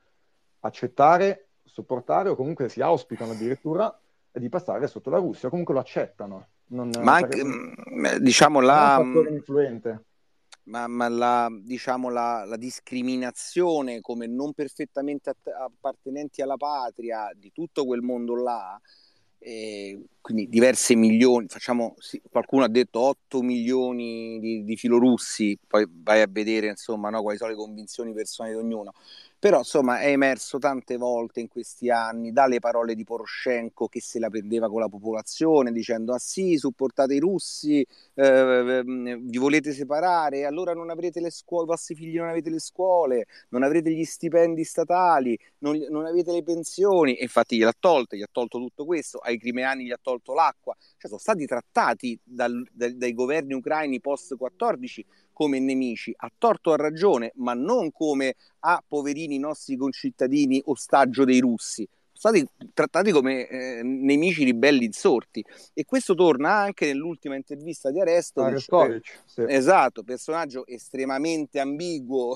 accettare, sopportare o comunque si auspicano addirittura di passare sotto la Russia, comunque lo accettano Ma anche, diciamo, non è un fattore influente. Ma la discriminazione come non perfettamente appartenenti alla patria di tutto quel mondo là, quindi diverse milioni, qualcuno ha detto 8 milioni di filorussi, poi vai a vedere insomma, no, quali sono le convinzioni personali di ognuno. Però insomma è emerso tante volte in questi anni dalle parole di Poroshenko, che se la prendeva con la popolazione dicendo: ah sì, supportate i russi, vi volete separare, allora non avrete le scuole, i vostri figli non avete le scuole, non avrete gli stipendi statali, non avete le pensioni. E infatti gli ha tolto tutto questo, ai crimeani gli ha tolto l'acqua, cioè sono stati trattati dai governi ucraini post 14 come nemici, a torto o a ragione, ma non come poverini nostri concittadini, ostaggio dei russi. Sono stati trattati come nemici ribelli insorti. E questo torna anche nell'ultima intervista di Arestovic. Sì. Esatto, personaggio estremamente ambiguo,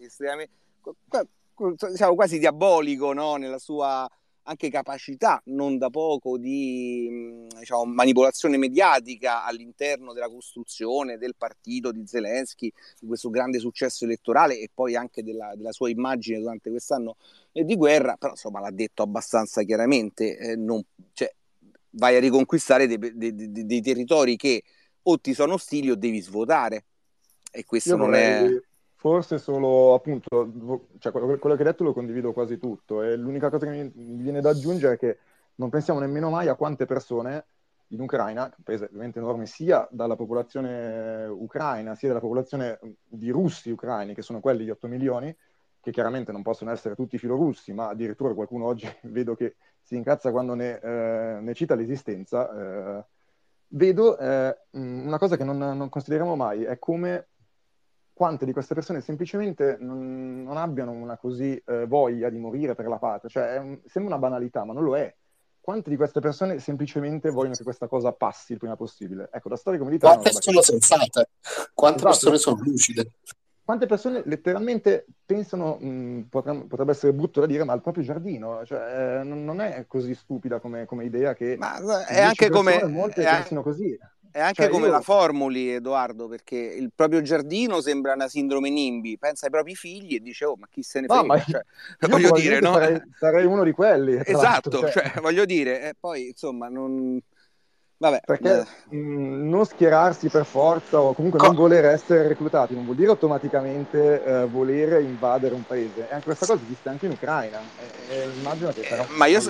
diciamo quasi diabolico, no? Nella sua anche capacità non da poco di manipolazione mediatica all'interno della costruzione del partito di Zelensky, di questo grande successo elettorale e poi anche della sua immagine durante quest'anno di guerra. Però insomma l'ha detto abbastanza chiaramente, vai a riconquistare dei territori che o ti sono ostili o devi svuotare, e questo non è... Forse solo, appunto, cioè quello che hai detto lo condivido quasi tutto, e l'unica cosa che mi viene da aggiungere è che non pensiamo nemmeno mai a quante persone in Ucraina, che è un paese ovviamente enorme sia dalla popolazione ucraina sia dalla popolazione di russi ucraini, che sono quelli di 8 milioni, che chiaramente non possono essere tutti filorussi, ma addirittura qualcuno oggi vedo che si incazza quando ne cita l'esistenza. Vedo una cosa che non consideriamo mai, è come quante di queste persone semplicemente non abbiano una così voglia di morire per la patria. Cioè, sembra una banalità, ma non lo è. Quante di queste persone semplicemente vogliono che questa cosa passi il prima possibile? Ecco, la storia militare è una Quante roba sono sensate? Quante persone sono lucide? Quante persone letteralmente pensano, potrebbe essere brutto da dire, ma al proprio giardino? Cioè, non è così stupida come idea che ma è anche molte pensino così. È anche come la formuli, Edoardo, perché il proprio giardino sembra una sindrome NIMBY, pensa ai propri figli e dice: oh, ma chi se ne frega? Voglio dire, no? Sarei uno di quelli. Esatto, voglio dire, poi insomma, non... Vabbè. Perché non schierarsi per forza o comunque non voler essere reclutati non vuol dire automaticamente volere invadere un paese. E anche questa cosa esiste anche in Ucraina. Immagino che sarà ma io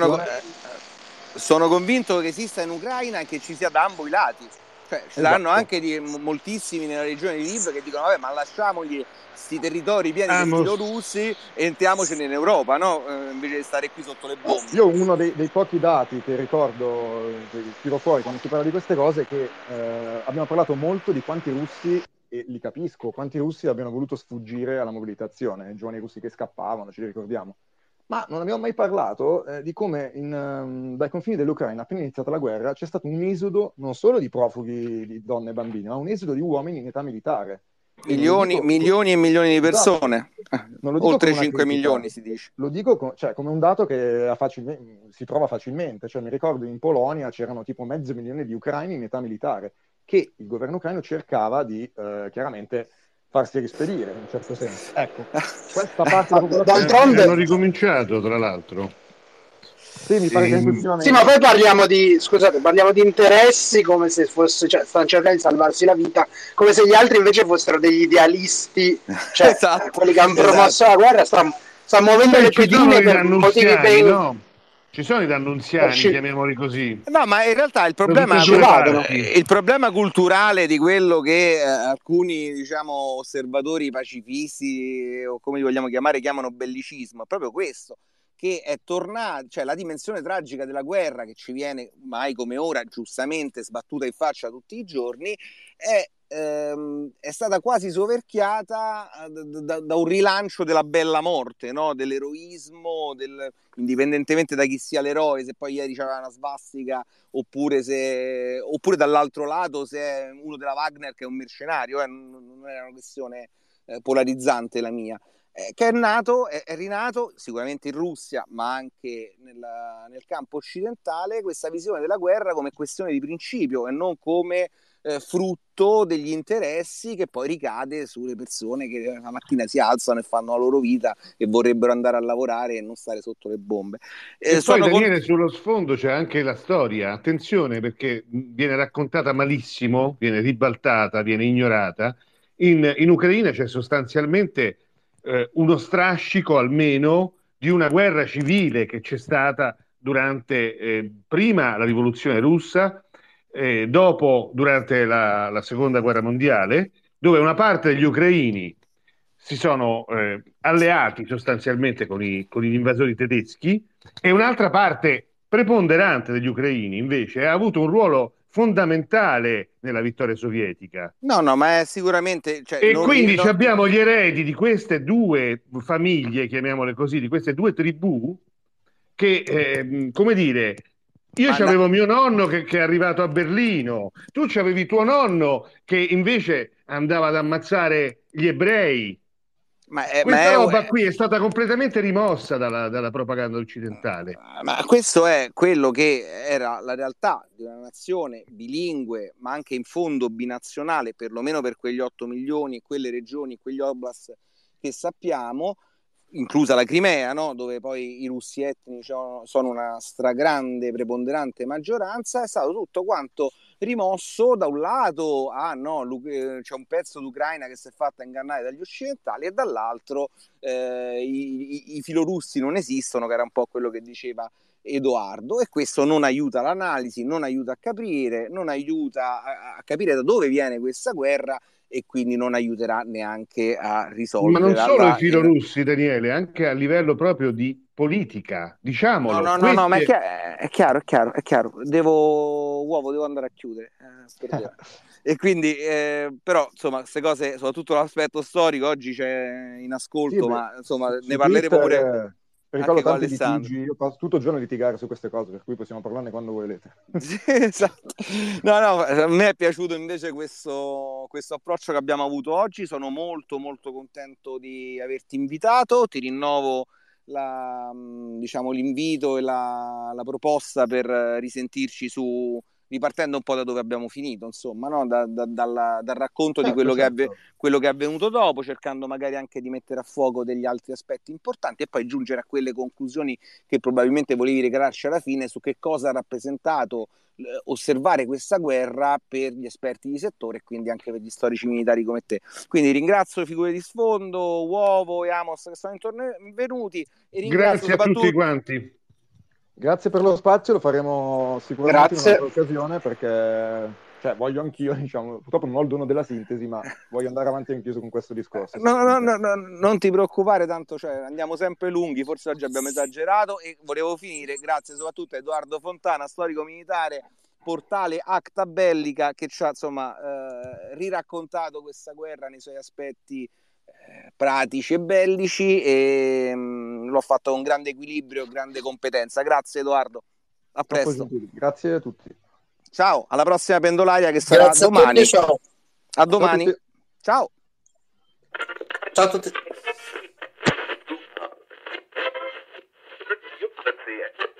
sono convinto che esista in Ucraina e che ci sia da ambo i lati. Cioè, ci saranno anche moltissimi nella regione di Lviv che dicono: vabbè, ma lasciamogli questi territori pieni di filorussi e entriamocene in Europa, no? Invece di stare qui sotto le bombe. Io uno dei pochi dati che ricordo, che tiro fuori quando si parla di queste cose, è che abbiamo parlato molto di quanti russi, e li capisco, quanti russi abbiano voluto sfuggire alla mobilitazione, i giovani russi che scappavano, ci ricordiamo. Ma non abbiamo mai parlato di come dai confini dell'Ucraina, appena iniziata la guerra, c'è stato un esodo non solo di profughi, di donne e bambini, ma un esodo di uomini in età militare. Milioni e milioni di persone. Oltre 5 milioni si dice. Lo dico come un dato che si trova facilmente. Cioè, mi ricordo in Polonia c'erano tipo 500.000 di ucraini in età militare che il governo ucraino cercava di chiaramente farsi rispedire in un certo senso. Ecco, questa parte della popolazione hanno ricominciato, tra l'altro. Sì, mi pare che sì, ma poi parliamo di interessi come se fosse, stanno cercando di salvarsi la vita, come se gli altri invece fossero degli idealisti, esatto, quelli che hanno promosso la guerra stanno muovendo le pedine per motivi ben... No? Ci sono i dannunziani, chiamiamoli così. No, ma in realtà il problema culturale di quello che alcuni, osservatori pacifisti, o come li vogliamo chiamare, chiamano bellicismo, è proprio questo, che è tornata, cioè la dimensione tragica della guerra che ci viene mai come ora giustamente sbattuta in faccia tutti i giorni, è stata quasi soverchiata da un rilancio della bella morte, no? Dell'eroismo, indipendentemente da chi sia l'eroe, se poi ieri c'era una svastica oppure dall'altro lato se è uno della Wagner che è un mercenario, non è una questione polarizzante la mia. che è nato, è rinato sicuramente in Russia, ma anche nel campo occidentale, questa visione della guerra come questione di principio e non come frutto degli interessi che poi ricade sulle persone che la mattina si alzano e fanno la loro vita e vorrebbero andare a lavorare e non stare sotto le bombe. E poi Daniele, sullo sfondo c'è anche la storia, attenzione perché viene raccontata malissimo, viene ribaltata, viene ignorata. In Ucraina c'è sostanzialmente uno strascico almeno di una guerra civile che c'è stata durante prima la rivoluzione russa, dopo durante la seconda guerra mondiale, dove una parte degli ucraini si sono alleati sostanzialmente con gli invasori tedeschi e un'altra parte preponderante degli ucraini invece ha avuto un ruolo fondamentale nella vittoria sovietica. No, ma è sicuramente... Cioè, e quindi abbiamo gli eredi di queste due famiglie, chiamiamole così, di queste due tribù, che, come dire, io avevo mio nonno che è arrivato a Berlino, tu c'avevi tuo nonno che invece andava ad ammazzare gli ebrei. Questa roba qui è stata completamente rimossa dalla propaganda occidentale. Ma questo è quello che era la realtà di una nazione bilingue, ma anche in fondo binazionale, perlomeno per quegli 8 milioni, quelle regioni, quegli oblast che sappiamo, inclusa la Crimea, no? Dove poi i russi etnici sono una stragrande, preponderante maggioranza. È stato tutto quanto rimosso da un lato, c'è un pezzo d'Ucraina che si è fatta ingannare dagli occidentali, e dall'altro i filorussi non esistono, che era un po' quello che diceva Edoardo, e questo non aiuta l'analisi, non aiuta a capire, non aiuta a capire da dove viene questa guerra, e quindi non aiuterà neanche a risolvere. Ma non solo i filorussi, Daniele, anche a livello proprio di politica, diciamolo. No, ma è chiaro. Devo andare a chiudere. E quindi, però, insomma, queste cose, soprattutto l'aspetto storico, oggi c'è in ascolto, ma insomma, ne parleremo pure. Ricordo tanti litigi, io passo tutto il giorno a litigare su queste cose, per cui possiamo parlarne quando volete. Sì, esatto. No, a me è piaciuto invece questo approccio che abbiamo avuto oggi. Sono molto molto contento di averti invitato. Ti rinnovo l'invito e la proposta per risentirci ripartendo un po' da dove abbiamo finito, insomma, no? Dal racconto di quello che è avvenuto dopo, cercando magari anche di mettere a fuoco degli altri aspetti importanti e poi giungere a quelle conclusioni che probabilmente volevi regalarci alla fine su che cosa ha rappresentato osservare questa guerra per gli esperti di settore e quindi anche per gli storici militari come te. Quindi ringrazio le figure di sfondo, Uovo e Amos che sono intervenuti, e ringrazio grazie a tutti quanti. Grazie per lo spazio, lo faremo sicuramente in un'altra occasione, perché voglio anch'io, purtroppo non ho il dono della sintesi, ma voglio andare avanti anch'io con questo discorso. No, non ti preoccupare, tanto andiamo sempre lunghi, forse oggi abbiamo esagerato. E volevo finire, grazie soprattutto a Edoardo Fontana, storico militare, portale Acta Bellica, che ci ha riraccontato questa guerra nei suoi aspetti pratici e bellici, e l'ho fatto con grande equilibrio, grande competenza. Grazie Edoardo, a presto. Grazie a tutti. Ciao, alla prossima pendolaria che sarà domani. A tutti, ciao. A domani. Ciao. Ciao a tutti.